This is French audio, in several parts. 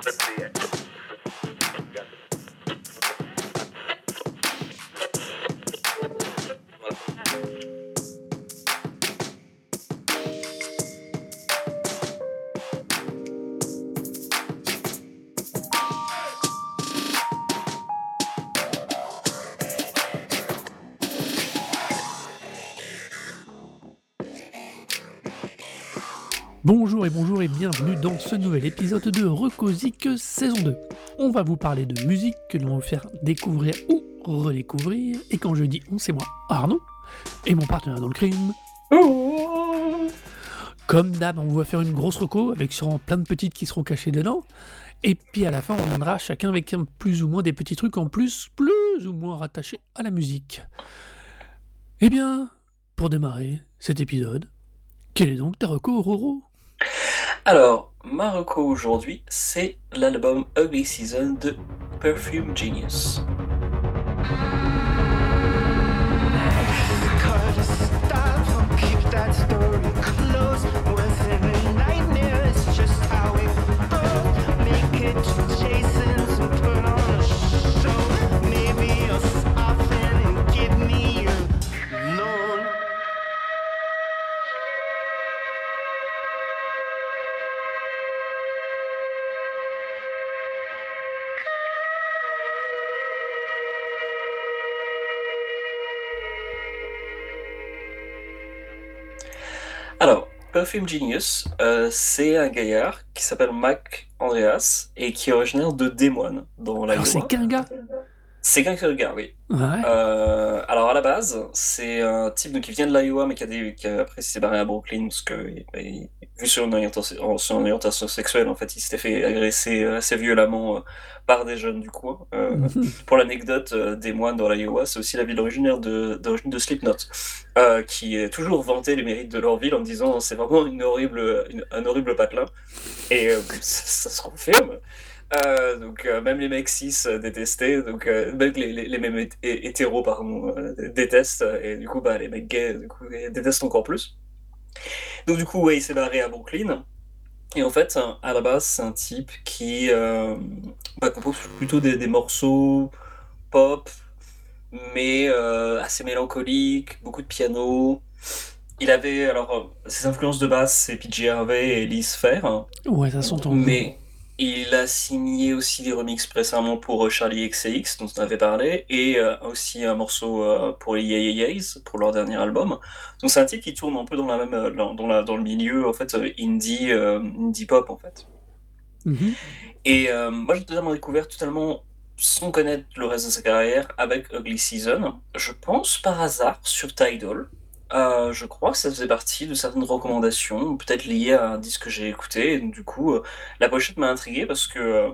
Bonjour et bienvenue dans ce nouvel épisode de Recosic saison 2. On va vous parler de musique que l'on va vous faire découvrir ou redécouvrir. Et quand je dis on, c'est moi, Arnaud, et mon partenaire dans le crime. Comme d'hab, on va faire une grosse reco avec sûrement plein de petites qui seront cachées dedans. Et puis à la fin, on viendra chacun avec un plus ou moins des petits trucs en plus ou moins rattachés à la musique. Eh bien, pour démarrer cet épisode, quel est donc ta reco, Roro ? Alors, ma reco aujourd'hui, c'est l'album Ugly Season de Perfume Genius. Alors, Perfume Genius, c'est un gaillard qui s'appelle Mac Andreas et qui est originaire de Des Moines, dans l'Iowa. Alors c'est qu'un gars ? C'est qu'un gars, oui. Ouais. Alors à la base, c'est un type donc, qui vient de l'Iowa, mais qui après s'est barré à Brooklyn parce que vu son orientation sexuelle, en fait, il s'était fait agresser assez violemment par des jeunes du coin. Pour l'anecdote, Des Moines dans l'Iowa, c'est aussi la ville d'origine de Slipknot, qui est toujours vanté les mérites de leur ville en disant c'est vraiment un horrible patelin. Et ça se confirme. Donc même les mecs cis détestaient, donc même les mêmes hétéros pardon détestent, et du coup bah les mecs gays du coup détestent encore plus. Donc du coup ouais, il s'est barré à Brooklyn, et en fait à la base c'est un type qui compose plutôt des morceaux pop, mais assez mélancoliques, beaucoup de piano. Il avait alors ses influences de base, c'est PJ Harvey et Liz Phair. Ouais, ça s'entend. Mais il a signé aussi des remixes récemment pour Charlie XCX, dont on avait parlé, et aussi un morceau pour les Yeah Yeah Yeahs, pour leur dernier album. Donc c'est un type qui tourne un peu dans la même dans le milieu en fait indie pop en fait. Mhm. Et moi j'ai totalement découvert sans connaître le reste de sa carrière avec Ugly Season. Je pense par hasard sur Tidal. Je crois que ça faisait partie de certaines recommandations, peut-être liées à un disque que j'ai écouté. Et donc, du coup, la pochette m'a intrigué parce que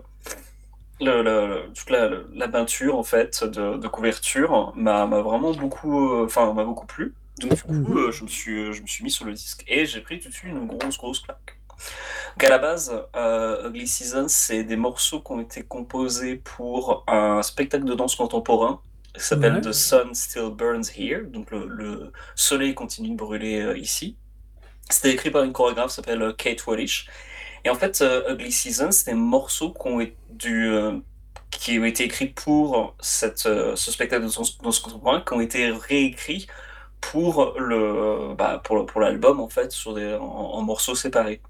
toute la peinture en fait de couverture m'a vraiment m'a beaucoup plu. Donc du coup, je me suis mis sur le disque et j'ai pris tout de suite une grosse claque. Donc à la base, Ugly Season, c'est des morceaux qui ont été composés pour un spectacle de danse contemporain qui s'appelle Ouais. The Sun Still Burns Here, donc le soleil continue de brûler ici. C'était écrit par une chorégraphe qui s'appelle Kate Wallish. Et en fait, Ugly Season, c'est des morceaux qui ont été écrits pour ce spectacle de danse contemporain, qui ont été réécrits pour pour l'album en fait, en morceaux séparés.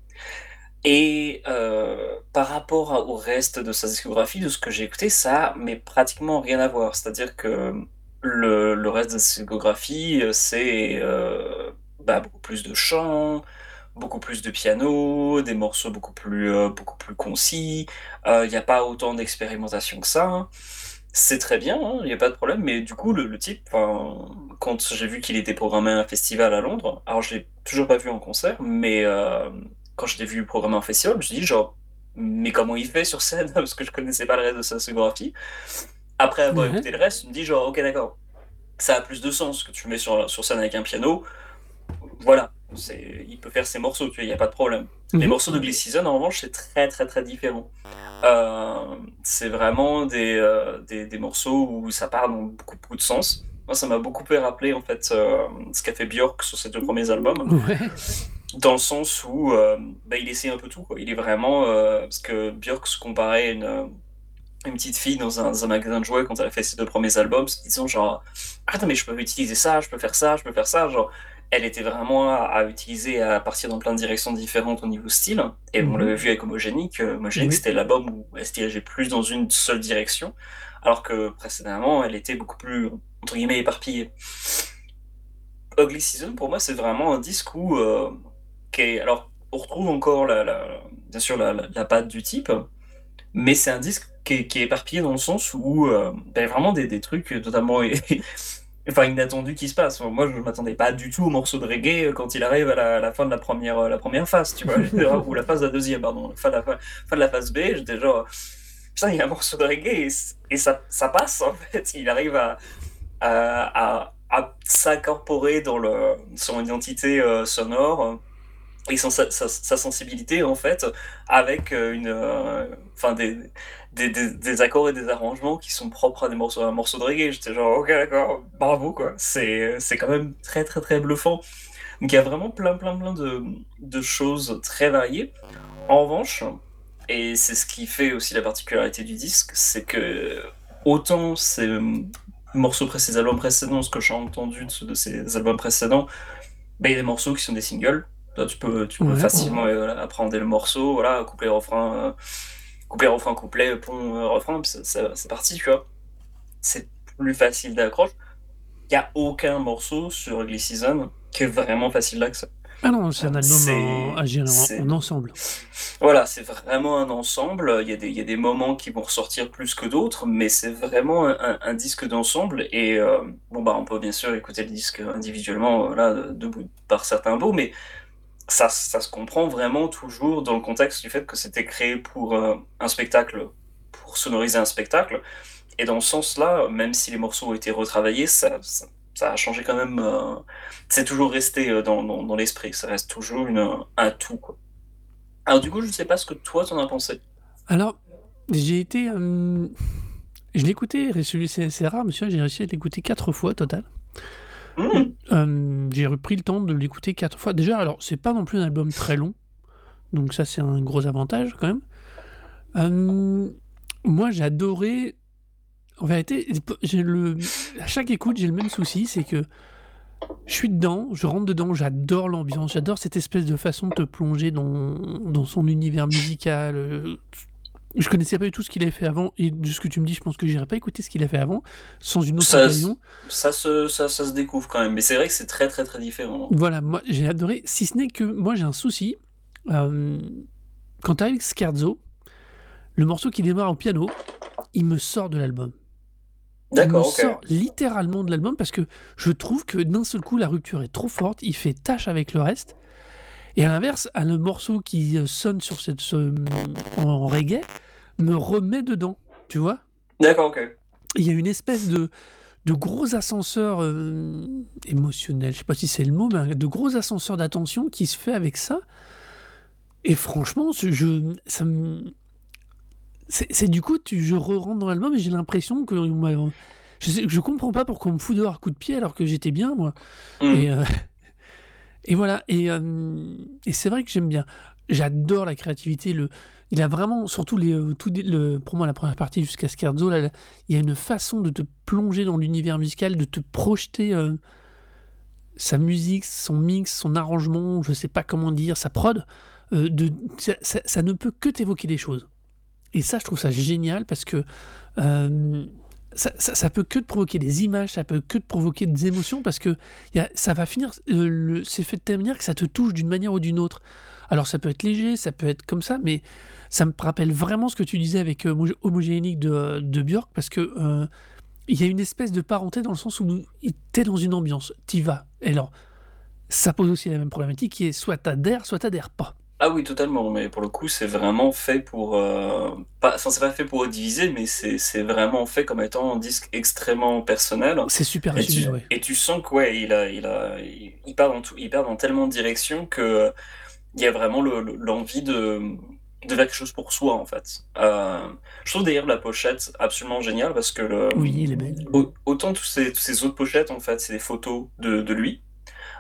Et par rapport au reste de sa discographie, de ce que j'ai écouté, ça mais pratiquement rien à voir. C'est-à-dire que le reste de sa discographie, c'est beaucoup plus de chant, beaucoup plus de piano, des morceaux beaucoup plus concis. Il n'y a pas autant d'expérimentation que ça, hein. C'est très bien, il n'y a pas de problème, mais du coup, le type, quand j'ai vu qu'il était programmé à un festival à Londres, alors je l'ai toujours pas vu en concert, mais quand je l'ai vu programmé en festival, je me suis dit genre, mais comment il fait sur scène? Parce que je connaissais pas le reste de sa discographie. Après avoir Ouais. écouté le reste, je me dis genre, ok d'accord, ça a plus de sens que tu le mets sur scène avec un piano. Voilà, il peut faire ses morceaux, tu vois, il n'y a pas de problème. Les morceaux de Ugly Season, en revanche, c'est très différent. C'est vraiment des morceaux où ça part dans beaucoup de sens. Moi, ça m'a beaucoup fait rappeler en fait ce qu'a fait Björk sur ses deux premiers albums. Ouais. dans le sens où bah, il essaie un peu tout, quoi. Il est vraiment... parce que Björk se comparait à une petite fille dans un magasin de jouets quand elle a fait ses deux premiers albums, se disant genre ah non mais je peux utiliser ça, je peux faire ça, je peux faire ça, genre elle était vraiment à utiliser, à partir dans plein de directions différentes au niveau style, et on Mhm. l'avait vu avec Homogenic. Homogenic Oui. c'était l'album où elle se dirigeait plus dans une seule direction, alors que précédemment elle était beaucoup plus entre guillemets éparpillée. Ugly Season pour moi c'est vraiment un disque où alors on retrouve encore bien sûr la patte du type, mais c'est un disque qui est éparpillé dans le sens où il y a vraiment des trucs totalement enfin, inattendus qui se passent. Moi, je ne m'attendais pas du tout au morceau de reggae quand il arrive à la fin de la première phase, tu vois, ou la phase de la deuxième, pardon, fin de la phase B, j'étais genre, putain, il y a un morceau de reggae et ça passe, en fait. Il arrive à s'incorporer dans son identité sonore et sa sensibilité en fait avec enfin des accords et des arrangements qui sont propres à un morceau de reggae. J'étais genre ok d'accord, bravo quoi, c'est quand même très très très bluffant. Donc il y a vraiment plein de choses très variées. En revanche, et c'est ce qui fait aussi la particularité du disque, c'est que autant ces morceaux ces albums précédents, ce que j'ai entendu de ces albums précédents, ben, il y a des morceaux qui sont des singles. Toi, tu peux Ouais. facilement apprendre le morceau, voilà, couplet, refrain, couplet, pont, refrain, puis c'est parti, tu vois. C'est plus facile d'accroche. Il n'y a aucun morceau sur Ugly Season qui est vraiment facile d'accès. Ah non, c'est un album C'est, à gérer c'est, en ensemble. voilà, c'est vraiment un ensemble. Il y a des moments qui vont ressortir plus que d'autres, mais c'est vraiment un disque d'ensemble. Et bon, bah, on peut bien sûr écouter le disque individuellement, là, debout par certains bouts, mais ça se comprend vraiment toujours dans le contexte du fait que c'était créé pour un spectacle, pour sonoriser un spectacle. Et dans ce sens-là, même si les morceaux ont été retravaillés, ça a changé quand même. C'est toujours resté dans l'esprit. Ça reste toujours un tout, quoi. Alors du coup, je ne sais pas ce que toi t'en as pensé. Alors, j'ai été. Je l'ai écouté, c'est rare, monsieur, j'ai réussi à l'écouter 4 fois total. Hmm, J'ai repris le temps de l'écouter 4 fois. Déjà, alors, c'est pas non plus un album très long, donc ça, c'est un gros avantage quand même. Moi, j'ai adoré. En vérité, à chaque écoute, j'ai le même souci, c'est que je suis dedans, je rentre dedans, j'adore l'ambiance, j'adore cette espèce de façon de te plonger dans son univers musical. Je connaissais pas du tout ce qu'il avait fait avant, et de ce que tu me dis, je pense que j'irai pas écouter ce qu'il a fait avant, sans une autre ça, occasion. ça se découvre quand même, mais c'est vrai que c'est très très très différent. Voilà, moi j'ai adoré, si ce n'est que moi j'ai un souci. Euh, Quand t'arrives avec Scherzo, le morceau qui démarre au piano, il me sort de l'album. Il me D'accord, ok. sort littéralement de l'album parce que je trouve que d'un seul coup la rupture est trop forte, il fait tâche avec le reste. Et à l'inverse, le morceau qui sonne sur en reggae me remet dedans, tu vois. D'accord, ok. Il y a une espèce de gros ascenseur émotionnel, je sais pas si c'est le mot, mais de gros ascenseur d'attention qui se fait avec ça. Et franchement, c'est du coup, je re-rentre dans l'album et j'ai l'impression que je comprends pas pourquoi on me fout dehors à coup de pied alors que j'étais bien, moi. Hmm. Et, et voilà. Et c'est vrai que j'aime bien. J'adore la créativité. Il a vraiment, surtout pour moi, la première partie jusqu'à Scherzo, là, il y a une façon de te plonger dans l'univers musical, de te projeter sa musique, son mix, son arrangement, je sais pas comment dire, sa prod. Ça ne peut que t'évoquer des choses. Et ça, je trouve ça génial parce que euh, ça peut que te provoquer des images, ça peut que te provoquer des émotions parce que ça va finir, c'est fait de telle manière que ça te touche d'une manière ou d'une autre. Alors ça peut être léger, ça peut être comme ça, mais ça me rappelle vraiment ce que tu disais avec Homogénique de Björk parce que il y a une espèce de parenté dans le sens où t'es dans une ambiance, t'y vas. Et alors, ça pose aussi la même problématique qui est soit t'adhères pas. Ah oui, totalement, mais pour le coup, c'est vraiment fait pour... enfin, c'est pas fait pour diviser, mais c'est vraiment fait comme étant un disque extrêmement personnel. C'est super Et tu, assumé, ouais. et tu sens que, ouais, il part dans tout, il part dans tellement de directions que il y a vraiment l'envie de faire quelque chose pour soi, en fait. Je trouve d'ailleurs la pochette absolument géniale parce que Oui, il est belle. autant tous ces autres pochettes, en fait, c'est des photos de lui.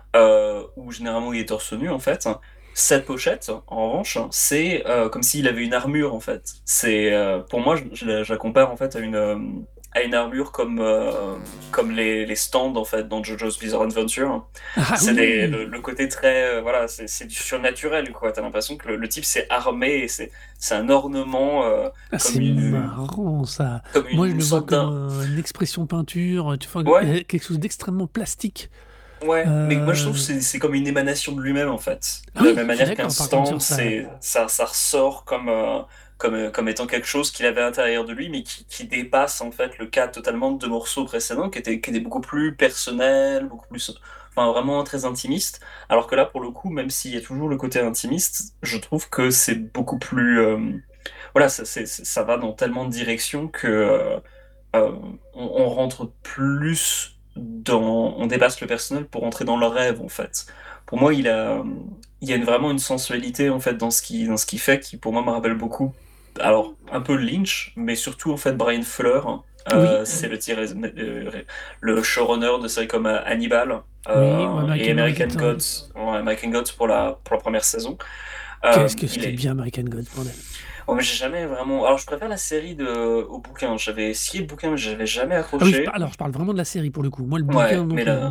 où généralement il est torse nu en fait. Cette pochette, en revanche, c'est comme s'il avait une armure en fait. C'est pour moi, je la compare en fait à une armure comme les stands en fait dans JoJo's Bizarre Adventure. Ah C'est oui! le côté très voilà, c'est du surnaturel quoi. T'as l'impression que le type s'est armé et c'est un ornement Ah, comme c'est marrant ça. Moi, je une le vois sorte comme d'un une expression peinture, tu vois, ouais. quelque chose d'extrêmement plastique. Ouais, mais moi je trouve que Euh, c'est comme une émanation de lui-même en fait. Ah De la oui, même je suis manière qu'un d'accord par contre stand, sur ça. ça ressort comme étant quelque chose qu'il avait à l'intérieur de lui, mais qui dépasse en fait le cadre totalement de deux morceaux précédents, qui étaient beaucoup plus personnels, beaucoup plus, enfin vraiment très intimistes. Alors que là, pour le coup, même s'il y a toujours le côté intimiste, je trouve que c'est beaucoup plus, voilà, ça va dans tellement de directions que euh, on rentre plus on dépasse le personnel pour entrer dans le rêve en fait. Pour moi, il y a vraiment une sensualité en fait dans ce qu'il fait qui pour moi me rappelle beaucoup, alors un peu Lynch, mais surtout en fait Brian Fuller. Oui, C'est le showrunner de séries comme Hannibal oui, ou et American American Minded. Gods, ouais, American Gods pour la première saison. Qu'est-ce que Il c'était est bien American God, bordel. Oh, mais j'ai jamais vraiment. Alors, je préfère la série au bouquin. J'avais essayé le bouquin, mais j'avais jamais Ah oui, accroché. alors je parle vraiment de la série pour le coup. Moi, le bouquin Ouais, non mais plus.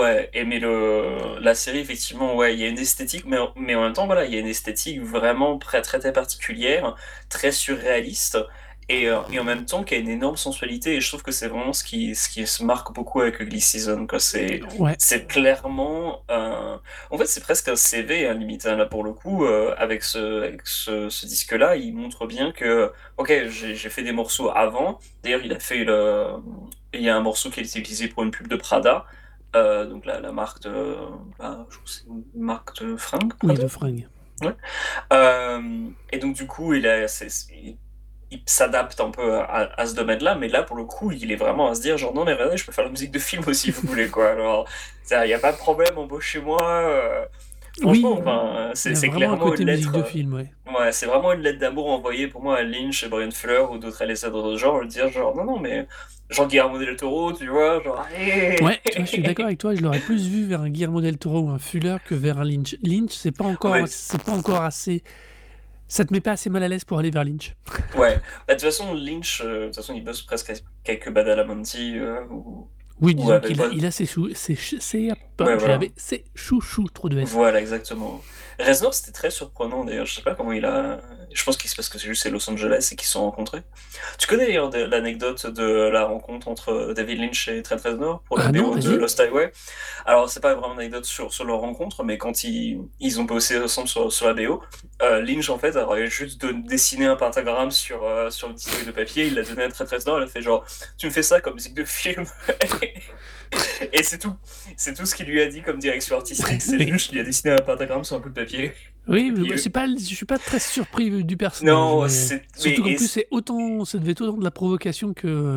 la série, effectivement, ouais, il y a une esthétique, mais en même temps, voilà, il y a une esthétique vraiment très, très, très particulière, très surréaliste, et en même temps, qui a une énorme sensualité, et je trouve que c'est vraiment ce qui se marque beaucoup avec Ugly Season, quoi. Ouais. C'est clairement en fait, c'est presque un CV, hein, limite, hein, là, pour le coup, avec ce disque-là, il montre bien que, ok, j'ai fait des morceaux avant, d'ailleurs, il y a un morceau qui a été utilisé pour une pub de Prada, donc la marque je trouve que c'est une marque de fringues, Oui, Prada? de fringues. Ouais. Et donc du coup, il s'adapte un peu à ce domaine-là, mais là, pour le coup, il est vraiment à se dire, genre, non, mais regardez, je peux faire la musique de film aussi, si vous voulez, quoi. Alors, il n'y a pas de problème, embauchez-moi. Franchement, Oui, enfin, il y a c'est vraiment un clairement une côté musique lettre. de film, ouais. Ouais, c'est vraiment une lettre d'amour envoyée pour moi à Lynch, Brian Fuller ou d'autres réalisateurs de genre, dire genre, non, non, mais genre Guillermo del Toro, tu vois, genre, allez. Ouais, tu vois, je suis d'accord avec toi, je l'aurais plus vu vers un Guillermo del Toro ou un Fuller que vers un Lynch. Lynch, Oh, mais c'est pas encore assez, ça te met pas assez mal à l'aise pour aller vers Lynch. ouais, bah, de toute façon, Lynch, de toute façon, il bosse presque avec quelques Badalamenti Oui, ou disons avec. qu'il a Ouais, voilà. ses chouchous, trop de S. Voilà, exactement. Reznor, c'était très surprenant d'ailleurs. Je sais pas comment il a. Je pense qu'il se passe que c'est Los Angeles et qu'ils se sont rencontrés. Tu connais d'ailleurs l'anecdote de la rencontre entre David Lynch et Trent Reznor pour la Ah non, BO de vas-y. Lost Highway? Alors, c'est pas vraiment une anecdote sur leur rencontre, mais quand ils ont bossé ensemble sur la BO, Lynch en fait aurait juste dessiné un pentagramme sur une petite feuille de papier, il l'a donné à Trent Reznor, il a fait genre, tu me fais ça comme musique de film. Et c'est tout ce qu'il lui a dit comme direction artistique, c'est Oui. juste, il a dessiné un pentagramme sur un bout de papier. Oui, Et mais puis, moi, je suis pas très surpris du personnage, non, mais mais, surtout qu'en plus ça devait être autant de la provocation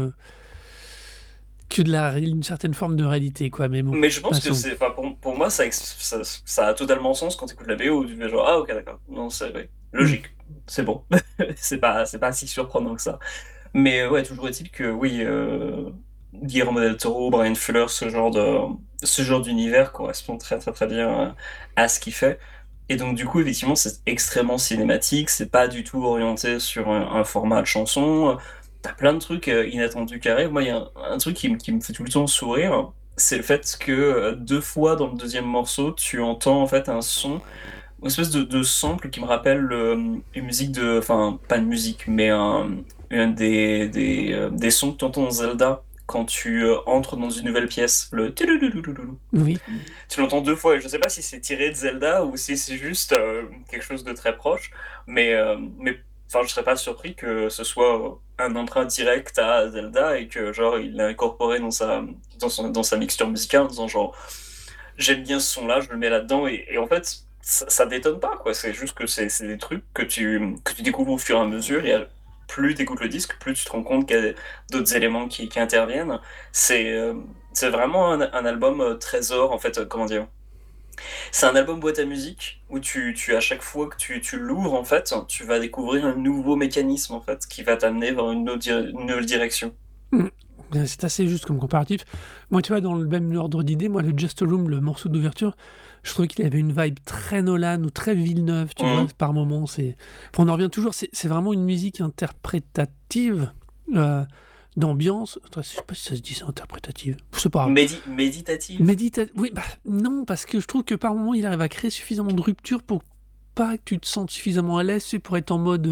que une certaine forme de réalité, quoi. Mais bon, mais je pense que passons. c'est, enfin, pour moi, ça a totalement sens quand tu écoutes la BO, tu fais genre, ah, ok, d'accord, non, c'est ouais, Hmm. logique, c'est bon, c'est pas si surprenant que ça. Mais ouais, toujours est-il que oui, Guillermo del Toro, Brian Fuller, ce genre d'univers correspond très très très bien à ce qu'il fait. Et donc du coup, effectivement, c'est extrêmement cinématique, c'est pas du tout orienté sur un format de chanson. T'as plein de trucs inattendus qui arrivent. Moi, il y a un truc qui me fait tout le temps sourire, c'est le fait que deux fois dans le deuxième morceau, tu entends en fait un son, une espèce de sample qui me rappelle une musique de, enfin pas une musique, mais un des sons que tu entends dans Zelda quand tu entres dans une nouvelle pièce, le tudududududou. Oui. Tu l'entends deux fois et je sais pas si c'est tiré de Zelda ou si c'est juste quelque chose de très proche, mais enfin je serais pas surpris que ce soit un emprunt direct à Zelda et que genre il l'a incorporé dans sa mixture musicale en disant genre j'aime bien ce son-là, je le mets là-dedans, et en fait, ça détonne pas, quoi. C'est juste que c'est des trucs que tu découvres au fur et à mesure, et plus tu écoutes le disque, plus tu te rends compte qu'il y a d'autres éléments qui interviennent. C'est euh, c'est vraiment un album trésor, en fait, comment dire. C'est un album boîte à musique où à chaque fois que tu l'ouvres, en fait, tu vas découvrir un nouveau mécanisme, en fait, qui va t'amener vers une nouvelle direction. Hmm. C'est assez juste comme comparatif. Moi, tu vois, dans le même ordre d'idée, moi, le Just a Room, le morceau d'ouverture, je trouvais qu'il avait une vibe très Nolan ou très Villeneuve, tu vois, Mhm. par moments. Enfin, on en revient toujours, c'est vraiment une musique interprétative, euh, d'ambiance. Attends, je sais pas si ça se dit, c'est interprétative. C'est pas grave. Méditative. Oui, bah non, parce que je trouve que par moment, il arrive à créer suffisamment de rupture pour pas que tu te sentes suffisamment à l'aise, c'est pour être en mode.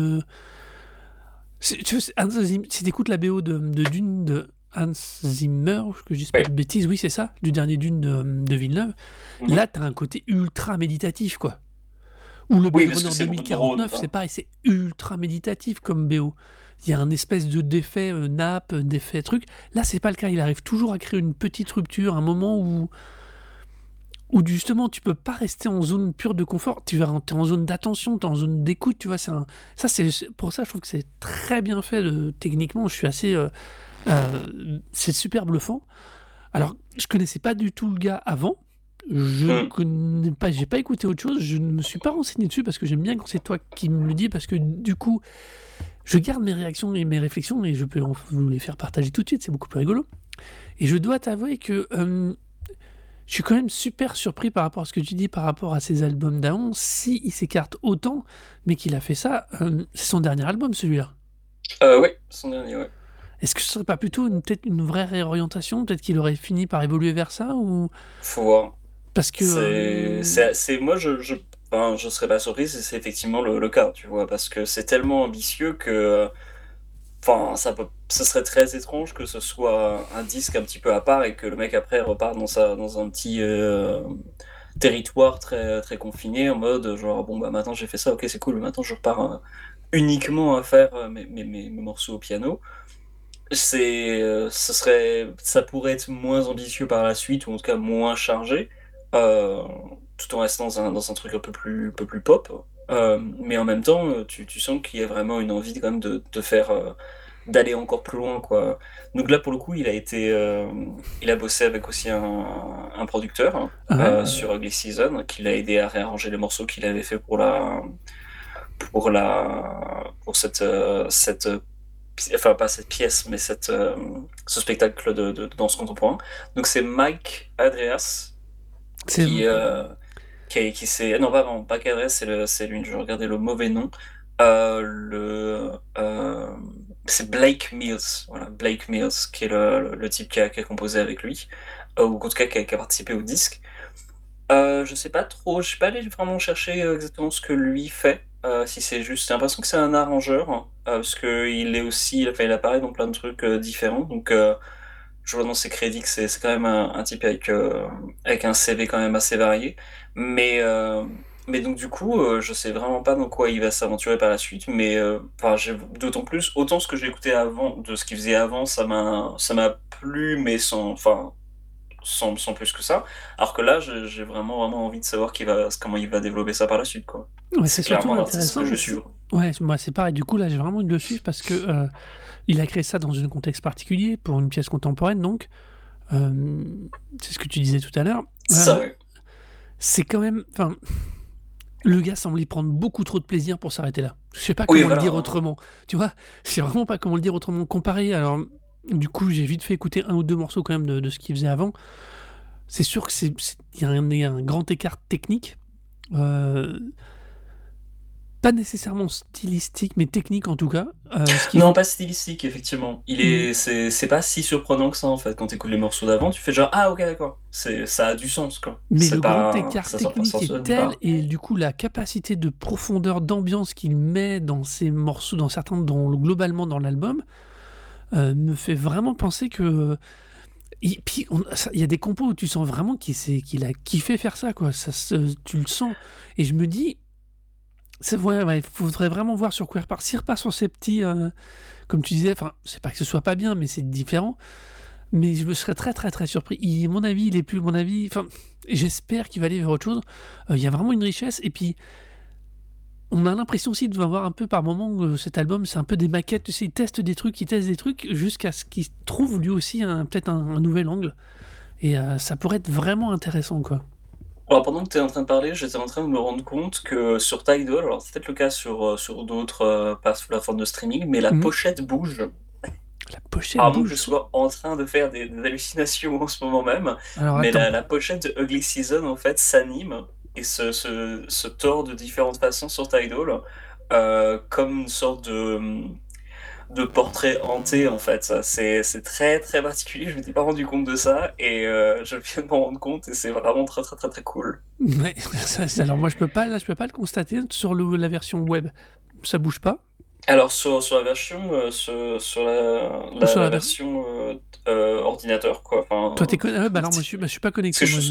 Tu vois, si t'écoutes la BO de Dune de Hans Zimmer, que je dise pas Oui. de bêtises, oui, c'est ça, du dernier Dune de Villeneuve, Mhm. là, t'as un côté ultra méditatif, quoi. Ou le Oui, Blade parce que Runner c'est beaucoup de drones. 2049, c'est Enfin. pareil, c'est ultra méditatif comme BO. Il y a un espèce d'effet nappe, d'effet truc. Là, c'est pas le cas. Il arrive toujours à créer une petite rupture, un moment où justement tu peux pas rester en zone pure de confort, tu vas t'es en zone d'attention, t'es en zone d'écoute, tu vois, ça c'est pour ça je trouve que c'est très bien fait techniquement, je suis assez c'est super bluffant. Alors, je connaissais pas du tout le gars avant. Je Mhm. connais pas, j'ai pas écouté autre chose, je ne me suis pas renseigné dessus parce que j'aime bien quand c'est toi qui me le dis parce que du coup, je garde mes réactions et mes réflexions et je peux vous les faire partager tout de suite, c'est beaucoup plus rigolo. Et je dois t'avouer que je suis quand même super surpris par rapport à ce que tu dis par rapport à ses albums d'avant. Si il s'écarte autant, mais qu'il a fait ça, c'est son dernier album celui-là. Oui, son dernier, ouais. Est-ce que ce serait pas plutôt peut-être une vraie réorientation? Peut-être qu'il aurait fini par évoluer vers ça ou Faut voir. parce que Moi, enfin, je serais pas surpris si c'est effectivement le cas, tu vois, parce que c'est tellement ambitieux que, enfin, ce serait très étrange que ce soit un disque un petit peu à part et que le mec après repart dans un petit territoire très, très confiné en mode genre, bon, bah maintenant j'ai fait ça, ok, c'est cool, mais maintenant je repars uniquement à faire mes morceaux au piano. Ça pourrait être moins ambitieux par la suite, ou en tout cas moins chargé, euh, tout en restant dans un truc un peu plus pop. Mais en même temps, tu sens qu'il y a vraiment une envie quand même de faire, d'aller encore plus loin, quoi. Donc là, pour le coup, il a bossé avec aussi un producteur hein, ouais, sur Ugly Season, qui l'a aidé à réarranger les morceaux qu'il avait fait pour cette enfin pas cette pièce, mais ce spectacle de danse contemporain. Donc c'est Mike Adreas c'est qui s'est... Non, pas vraiment, pas Adreas, c'est lui, je regardais le mauvais nom. C'est Blake Mills, voilà, Blake Mills, qui est le type qui a composé avec lui, ou en tout cas qui a participé au disque. Je sais pas trop, je suis pas allé vraiment chercher exactement ce que lui fait. Si c'est juste, j'ai l'impression que c'est un arrangeur, hein, parce que il est aussi, enfin, il apparaît dans plein de trucs différents. Donc, je vois dans ses crédits que c'est quand même un type avec un CV quand même assez varié. Mais, euh, mais donc du coup, je sais vraiment pas dans quoi il va s'aventurer par la suite. Mais enfin, d'autant plus, autant ce que j'ai écouté avant, de ce qu'il faisait avant, ça m'a plu, mais sans plus que ça. Alors que là, j'ai vraiment envie de savoir comment il va développer ça par la suite, quoi. ouais, c'est C'est surtout clairement l'artiste que intéressant. je suis. Ouais, moi c'est pareil. Du coup là, j'ai vraiment envie de le suivre parce que il a créé ça dans un contexte particulier pour une pièce contemporaine, donc euh, c'est ce que tu disais tout à l'heure. C'est ça, ouais. C'est quand même, enfin, le gars semble y prendre beaucoup trop de plaisir pour s'arrêter là. Je sais pas Oui, comment le voilà, dire hein. autrement. Tu vois, je sais vraiment pas comment le dire autrement. Comparé, alors, du coup, j'ai vite fait écouter un ou deux morceaux quand même de ce qu'il faisait avant. C'est sûr que il y a un grand écart technique. Euh, Pas nécessairement stylistique, mais technique en tout cas. Ce qui Non, fait. pas stylistique, effectivement. C'est pas si surprenant que ça, en fait. Quand t'écoutes les morceaux d'avant, tu fais genre, ah, ok, d'accord. Ça a du sens, quoi. Mais le C'est grand pas, écart ça sort pas technique sans est nulle tel, part. et du coup la capacité de profondeur d'ambiance qu'il met dans ses morceaux, dans certains, globalement dans l'album, me fait vraiment penser que puis il y a des compos où tu sens vraiment qu'il a kiffé faire ça, quoi. Tu le sens. Et je me dis, ouais, ouais, faudrait vraiment voir sur quoi il repart. S'il repart sur ces petits, comme tu disais, enfin, c'est pas que ce soit pas bien, mais c'est différent. Mais je me serais très très très surpris. Mon avis, il est plus mon avis. Enfin, j'espère qu'il va aller vers autre chose. Il y a vraiment une richesse. Et puis, on a l'impression aussi de voir un peu par moment cet album, c'est un peu des maquettes. Tu sais, il teste des trucs jusqu'à ce qu'il trouve lui aussi peut-être un nouvel angle. Et ça pourrait être vraiment intéressant, quoi. Alors, pendant que tu es en train de parler, j'étais en train de me rendre compte que sur Tidal, alors c'est peut-être le cas sur d'autres pas sous la forme de streaming, mais la Mhm. pochette bouge. La pochette À moins que je bouge. sois en train de faire des hallucinations en ce moment même, Alors mais attends. la pochette de Ugly Season, en fait, s'anime et se tord de différentes façons sur Tidal, comme une sorte de portrait hanté, en fait. C'est très, très particulier, je ne m'étais pas rendu compte de ça, et je viens de m'en rendre compte, et c'est vraiment très, très, très, très cool. Ouais, alors moi je peux pas le constater sur la version web. Ça bouge pas. Alors, sur la version, sur Ou sur la la version. version ordinateur, quoi. Toi t'es Enfin, ouais, bah alors moi je suis pas parce que connecté moi.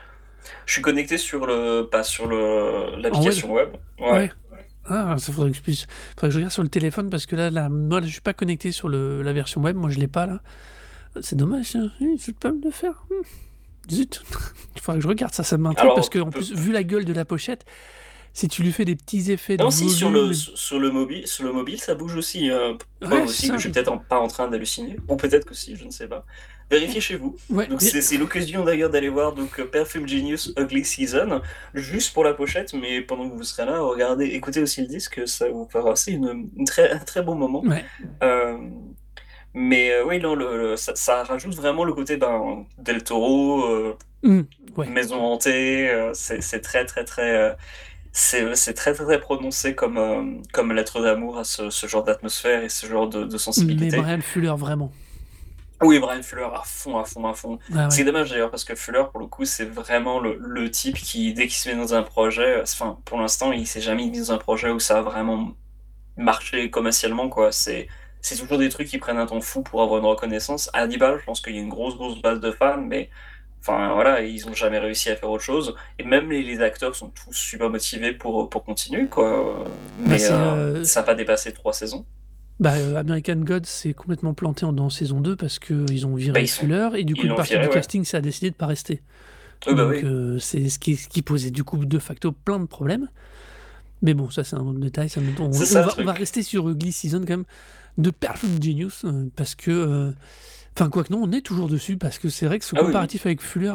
je suis connecté sur pas sur En web. l'application web. Ouais. Ouais. Ah, ça faudrait que je puisse. Faudrait que je regarde sur le téléphone parce que moi, là, je suis pas connecté sur la version web. Moi, je l'ai pas là. C'est dommage. Hein. Il faut pas me le faire. Zut. Il faudrait que je regarde ça. Ça m'intrigue parce Alors, que en plus, vu la gueule de la pochette, si tu lui fais des petits effets de non, si, volume, sur le mobile, ça bouge aussi. Preuve ouais, c'est aussi que ça. je suis peut-être pas en train d'halluciner. Ou peut-être que si, je ne sais pas. Vérifiez chez vous. Ouais. Donc, c'est l'occasion d'ailleurs d'aller voir donc, Perfume Genius Ugly Season, juste pour la pochette, mais pendant que vous serez là, regardez, écoutez aussi le disque, ça vous fera aussi un très bon moment. Ouais. Euh, mais oui, non, ça rajoute vraiment le côté Del Toro, Hum, ouais. maison hantée, c'est très, très, très. C'est très, très, très prononcé comme lettre d'amour à ce genre d'atmosphère et ce genre de Mais sensibilité. Brian Fuller, vraiment. Oui, Brian Fuller, à fond, à fond, à fond. Ah C'est ouais. dommage d'ailleurs, parce que Fuller, pour le coup, c'est vraiment le type qui, dès qu'il se met dans un projet, enfin, pour l'instant, il s'est jamais mis dans un projet où ça a vraiment marché commercialement, quoi. C'est toujours des trucs qui prennent un temps fou pour avoir une reconnaissance. Hannibal, je pense qu'il y a une grosse, grosse base de fans, mais enfin, voilà, ils ont jamais réussi à faire autre chose. Et même les acteurs sont tous super motivés pour continuer, quoi. Bah Mais c'est ça n'a pas dépassé 3 saisons. American Gods s'est complètement planté dans saison 2 parce que ils ont Bah, viré Fuller et du coup ils une l'ont partie viré, du ouais. casting ça a décidé de pas rester. Bah Donc oui. c'est ce qui posait du coup de facto plein de problèmes. Mais bon, ça c'est un autre détail. C'est ça le On va truc. rester sur Ugly Season quand même de Perfect Genius parce que, enfin quoi que non, on est toujours dessus parce que c'est vrai que ce Ah oui, oui. comparatif avec Fuller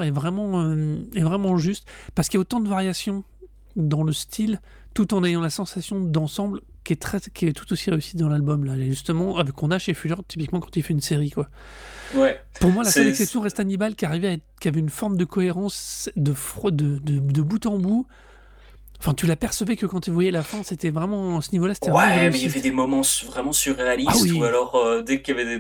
est vraiment juste parce qu'il y a autant de variations dans le style tout en ayant la sensation d'ensemble qui est tout aussi réussie dans l'album là. Et justement, qu'on a chez Fuller typiquement quand il fait une série quoi. Ouais. Pour moi, la seule C'est... exception reste Hannibal qui avait une forme de cohérence de bout en bout. Enfin, tu l'apercevais que quand tu voyais la fin, c'était vraiment, à ce niveau-là, c'était vraiment une Ouais, mais il y avait réussite. des moments vraiment Ah surréalistes, ou oui, alors dès qu'il y avait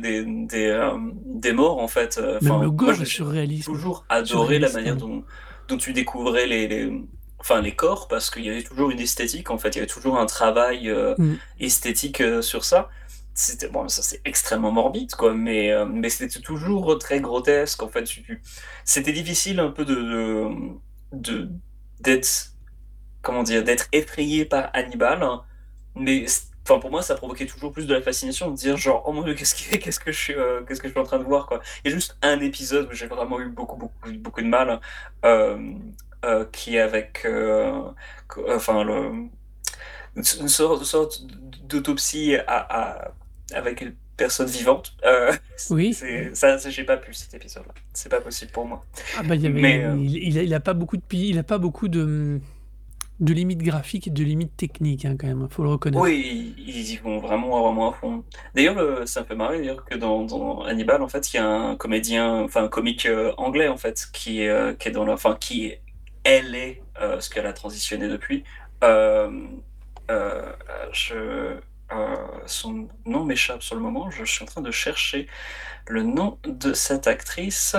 des morts, en fait. même le Enfin, moi, gore est j'ai surréalisme. toujours adoré la Surréaliste, manière pardon. dont tu découvrais enfin, les corps, parce qu'il y avait toujours une esthétique, en fait, il y avait toujours un travail Mm. esthétique sur ça. C'était, bon, ça c'est extrêmement morbide, quoi, mais c'était toujours très grotesque, en fait. C'était difficile un peu de- d'être, comment dire, d'être effrayé par Hannibal, hein, mais enfin pour moi ça provoquait toujours plus de la fascination de dire genre oh mon dieu qu'est-ce que je suis en train de voir, quoi. Il y a juste un épisode où j'ai vraiment eu beaucoup de mal, euh, qui est avec enfin une sorte d'autopsie avec une personne vivante. Oui. J'ai pas pu cet épisode-là, c'est pas possible pour moi. Ah bah Mais il a pas beaucoup il a pas beaucoup de limites graphiques et de limites techniques hein, quand même. Faut le reconnaître. oui, ils y vont vraiment, vraiment à fond. D'ailleurs, ça me fait marrer d'ailleurs que dans Hannibal, en fait, il y a un comédien, enfin un comique anglais en fait, qui est dans la, enfin elle est, parce qu'elle a transitionné depuis. Euh, son nom m'échappe sur le moment. Je suis en train de chercher le nom de cette actrice.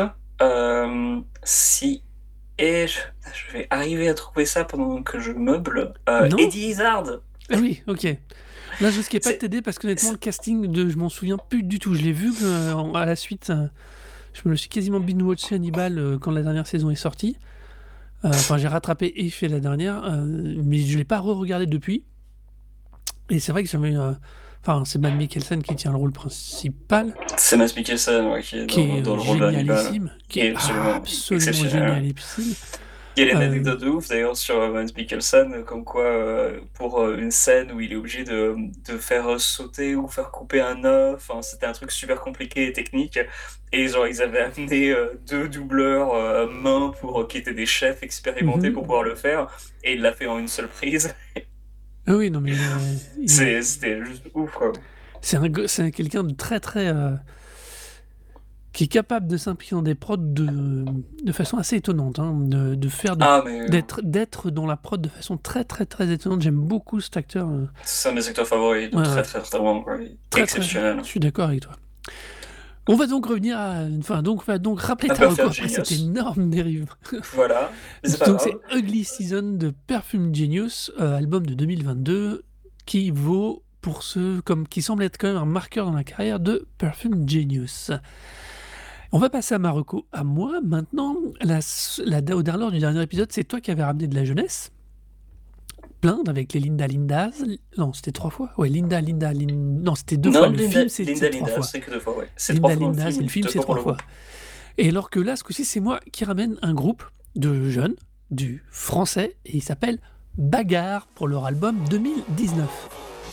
Si je vais arriver à trouver ça pendant que je meuble. Non? Eddie Izzard. Ah oui, ok. Là, je risquais pas de C'est, t'aider parce qu'honnêtement, le c'est- casting je m'en souviens plus du tout. Je l'ai vu à la suite. Je me le suis quasiment binge-watché Hannibal quand la dernière saison est sortie. Enfin, j'ai rattrapé et fait la dernière, mais je l'ai pas re-regardé depuis. Et c'est vrai que j'avais. Enfin, c'est Matt Mikkelsen qui tient le rôle principal, c'est Mads Mikkelsen, ouais, qui est qui est dans le rôle de Hannibal, génialissime, qui qui est est absolument absolument exceptionnel. génialissime. Il y a une Euh, anecdote de ouf d'ailleurs sur Mads Mikkelsen, comme quoi pour une scène où il est obligé de faire sauter ou faire couper un œuf, enfin, c'était un truc super compliqué et technique. Et genre ils avaient amené deux doubleurs mains qui étaient des chefs expérimentés mhm. pour pouvoir le faire, et il l'a fait en une seule prise. Ah oui, non, mais il est. C'était juste ouf, quoi. C'est quelqu'un de très très qui est capable de s'impliquer dans des prods de façon assez étonnante, hein, de faire Ah, mais d'être dans la prod de façon très très très étonnante. J'aime beaucoup cet acteur. c'est un des acteurs favoris de Ouais, très ouais. très très loin, quoi. Il est Très très. exceptionnel. Je suis d'accord avec toi. On va donc revenir à, enfin donc on va donc rappeler Un ta Perfume reco après cette Genius. énorme dérive. Voilà, mais c'est pas Donc c'est grave. Ugly Season de Perfume Genius, album de 2022, qui vaut pour ceux comme qui semble être quand même un marqueur dans la carrière de Perfume Genius. On va passer à Marocco. À moi maintenant. Lors du dernier épisode, c'est toi qui avais ramené de la jeunesse. Plein avec les Linda Lindas. Non, c'était 3 fois. Ouais, Linda Linda Linda. Non, c'était 2 fois. Non, Le film, c'est 3 Linda, fois. c'est que 2 fois, ouais. C'est 3 Linda fois dans le Lindas et le film, film, 2 c'est fois pour 3 le fois. groupe. Et alors que là, ce coup-ci, c'est moi qui ramène un groupe de jeunes du français et il s'appelle Bagarre pour leur album 2019.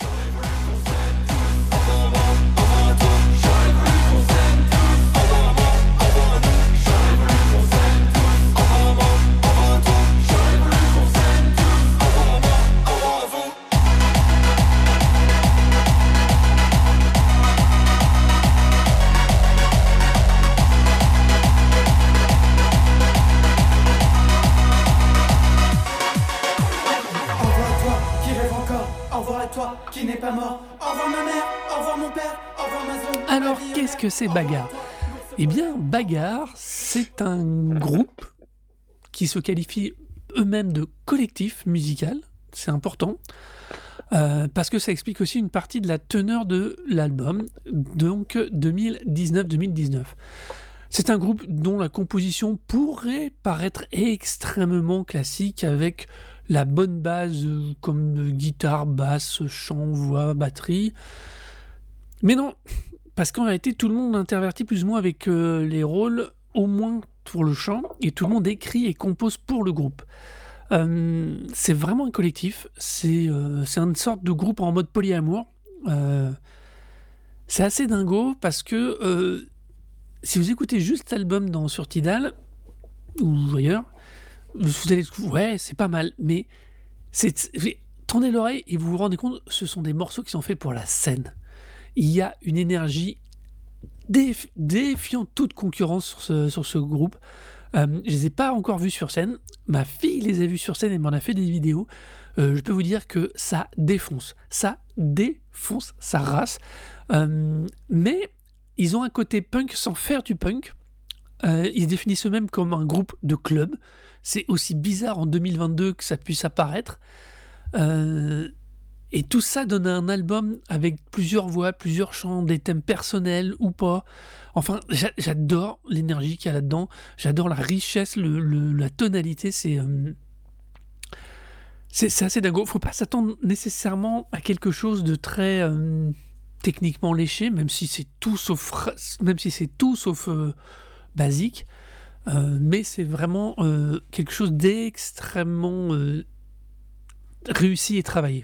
Qui n'est pas mort. Au revoir ma mère, au revoir mon père, au revoir ma zone. Alors, qu'est-ce que c'est Bagarre ? Eh bien, Bagarre, c'est un groupe qui se qualifie eux-mêmes de collectif musical. C'est important. Parce que ça explique aussi une partie de la teneur de l'album, donc 2019-2019. C'est un groupe dont la composition pourrait paraître extrêmement classique avec la bonne base comme guitare, basse, chant, voix, batterie. Mais non, parce qu'en réalité, tout le monde intervertit plus ou moins avec les rôles, au moins pour le chant, et tout le monde écrit et compose pour le groupe. C'est vraiment un collectif, c'est une sorte de groupe en mode polyamour. C'est assez dingo parce que si vous écoutez juste l'album sur Tidal ou ailleurs, vous allez ouais, c'est pas mal, mais tendez l'oreille et vous vous rendez compte, ce sont des morceaux qui sont faits pour la scène. Il y a une énergie défiant toute concurrence sur ce groupe. Je les ai pas encore vus sur scène. Ma fille les a vus sur scène et m'en a fait des vidéos. Je peux vous dire que ça défonce, ça race. Mais ils ont un côté punk sans faire du punk. Ils se définissent eux-mêmes comme un groupe de club. C'est aussi bizarre en 2022 que ça puisse apparaître. Et tout ça donne un album avec plusieurs voix, plusieurs chants, des thèmes personnels ou pas. Enfin, j'adore l'énergie qu'il y a là-dedans. J'adore la richesse, la tonalité. C'est assez dingo. Faut pas s'attendre nécessairement à quelque chose de très techniquement léché, même si c'est tout sauf basique. Mais c'est vraiment quelque chose d'extrêmement réussi et travaillé.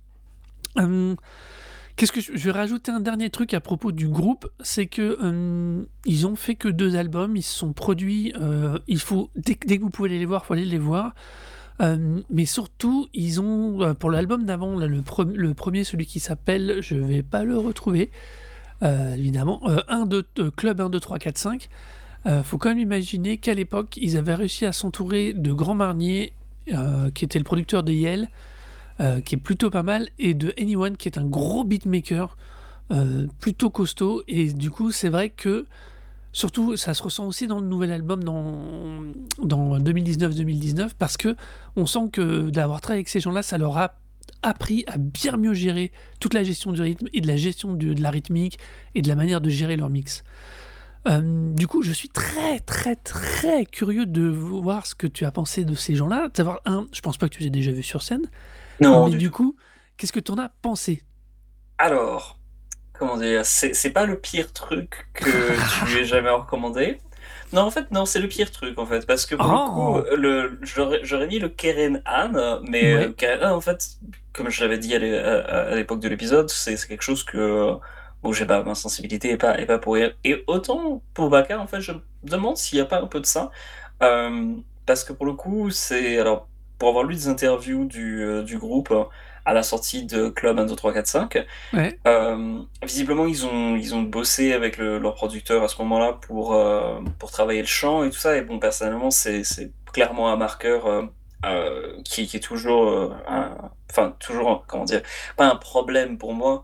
Qu'est-ce que je vais rajouter un dernier truc à propos du groupe, c'est que ils ont fait que 2 albums, ils se sont produits, il faut dès que vous pouvez aller les voir, faut aller les voir. Mais surtout, ils ont pour l'album d'avant, là, le premier, celui qui s'appelle, je vais pas le retrouver, évidemment, Club 1, 2, 3, 4, 5. Faut quand même imaginer qu'à l'époque, ils avaient réussi à s'entourer de Grand Marnier, qui était le producteur de Yale, qui est plutôt pas mal, et de Anyone, qui est un gros beatmaker, plutôt costaud. Et du coup, c'est vrai que, surtout, ça se ressent aussi dans le nouvel album, dans 2019-2019, parce que on sent que d'avoir travaillé avec ces gens-là, ça leur a appris à bien mieux gérer toute la gestion du rythme et de la gestion de la rythmique et de la manière de gérer leur mix. Du coup, je suis très très très curieux de voir ce que tu as pensé de ces gens-là. De savoir, je pense pas que tu les aies déjà vus sur scène. Non, Mais du coup, qu'est-ce que tu en as pensé ? Alors, comment dire, c'est pas le pire truc que tu aies jamais recommandé. Non, en fait, non, c'est le pire truc, en fait, parce que pour le coup, j'aurais mis le Keren Han, mais Ouais. Keren Han, en fait, comme je l'avais dit à l'époque de l'épisode, c'est quelque chose que, bon, j'ai pas, ma sensibilité est pas pour rien. Et autant pour Baka, en fait, je me demande s'il y a pas un peu de ça, parce que pour le coup, alors, pour avoir lu des interviews du groupe à la sortie de Club 1, 2, 3, 4, 5, Ouais. visiblement ils ont bossé avec leur producteur à ce moment-là pour travailler le chant et tout ça. Et bon, personnellement, c'est clairement un marqueur qui est toujours, enfin, toujours, comment dire, pas un problème pour moi,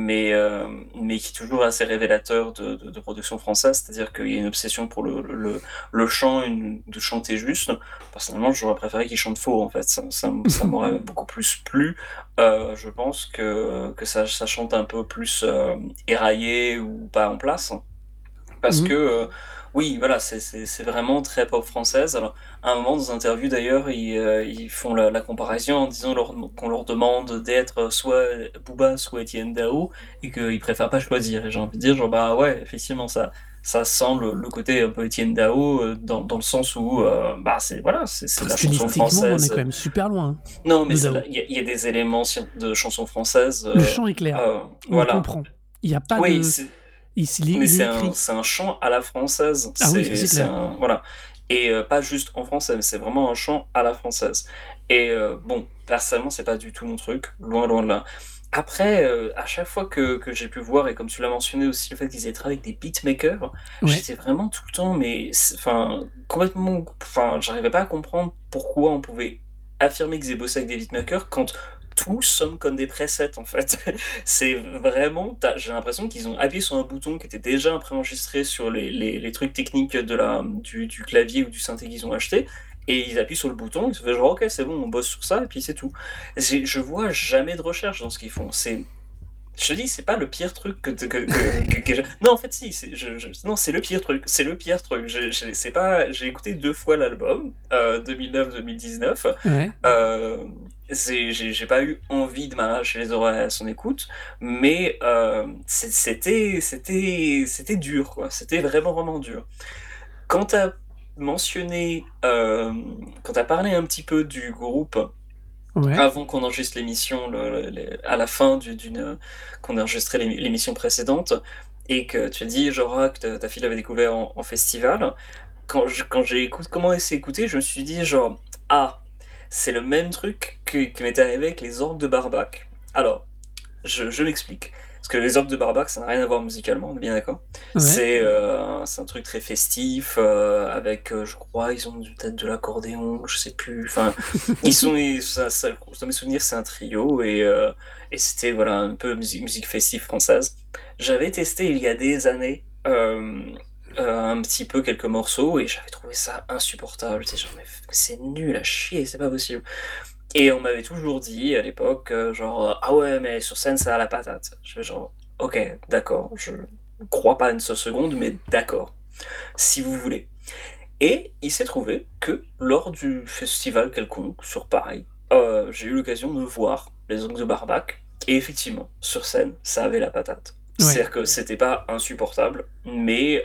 mais qui est toujours assez révélateur de production française. C'est-à-dire qu'il y a une obsession pour le chant, de chanter juste. Personnellement, j'aurais préféré qu'ils chantent faux, en fait. Ça m'aurait beaucoup plus plu. Je pense que ça chante un peu plus éraillé ou pas en place. Parce que, Mhm. oui, voilà, c'est vraiment très pop française. Alors, à un moment, dans une interview d'ailleurs, ils font la comparaison en disant qu'on leur demande d'être soit Booba, soit Étienne Dao, et qu'ils préfèrent pas choisir. Et j'ai envie de dire, genre, bah ouais, effectivement, ça sent le côté un peu Étienne Dao, dans le sens où, bah, voilà, c'est de la chanson Stylistiquement, on est quand française. même super loin hein, Non, mais de Dao. il y a des éléments de chansons françaises, Le chant est clair. On le voilà. comprend. Il n'y a pas Oui, de. mais Il est écrit. c'est un chant à la française. Ah oui, ça c'est clair. Voilà. Et pas juste en français, mais c'est vraiment un chant à la française. Et bon, personnellement, c'est pas du tout mon truc, loin, loin de là. Après, à chaque fois que j'ai pu voir, et comme tu l'as mentionné aussi, le fait qu'ils aient travaillé avec des beatmakers, Ouais. j'étais vraiment tout le temps, mais enfin, complètement, enfin, j'arrivais pas à comprendre pourquoi on pouvait affirmer qu'ils aient bossé avec des beatmakers quand tout sonne comme des presets en fait. C'est vraiment, j'ai l'impression qu'ils ont appuyé sur un bouton qui était déjà préenregistré sur les trucs techniques du clavier ou du synthé qu'ils ont acheté, et ils appuient sur le bouton, ils se font genre ok c'est bon, on bosse sur ça, et puis c'est tout. Je vois jamais de recherche dans ce qu'ils font. Je te dis, c'est pas le pire truc Non, en fait, si, non, c'est le pire truc. C'est le pire truc. C'est pas... J'ai écouté 2 fois l'album, 2009-2019. Ouais. J'ai pas eu envie de m'arracher les oreilles à son écoute, mais c'était dur, quoi. C'était vraiment, vraiment dur. Quand t'as mentionné, quand t'as parlé un petit peu du groupe, Ouais. avant qu'on enregistre l'émission, à la fin qu'on a enregistré l'émission précédente, et que tu as dit, genre, que ta fille l'avait découvert en festival, quand j'ai écouté comment elle s'est écoutée, je me suis dit, genre, ah, c'est le même truc qui m'est arrivé avec les Orques de Barbac. Alors, je m'explique. Parce que les Orques de Barbac, ça n'a rien à voir musicalement, on est bien d'accord. Ouais. C'est un truc très festif, avec, je crois, ils ont peut-être de l'accordéon, je sais plus. Enfin, dans mes souvenirs, c'est un trio, et c'était voilà, un peu musique festive française. J'avais testé il y a des années, un petit peu quelques morceaux, et j'avais trouvé ça insupportable. C'est genre, mais c'est nul à chier, c'est pas possible. Et on m'avait toujours dit à l'époque, genre, ah ouais, mais sur scène, ça a la patate. Je fais genre, ok, d'accord, je ne crois pas une seule seconde, mais d'accord, si vous voulez. Et il s'est trouvé que lors du festival quelconque, sur Paris, j'ai eu l'occasion de voir les Ongles de Barbac, et effectivement, sur scène, ça avait la patate. Ouais. C'est-à-dire que c'était pas insupportable, mais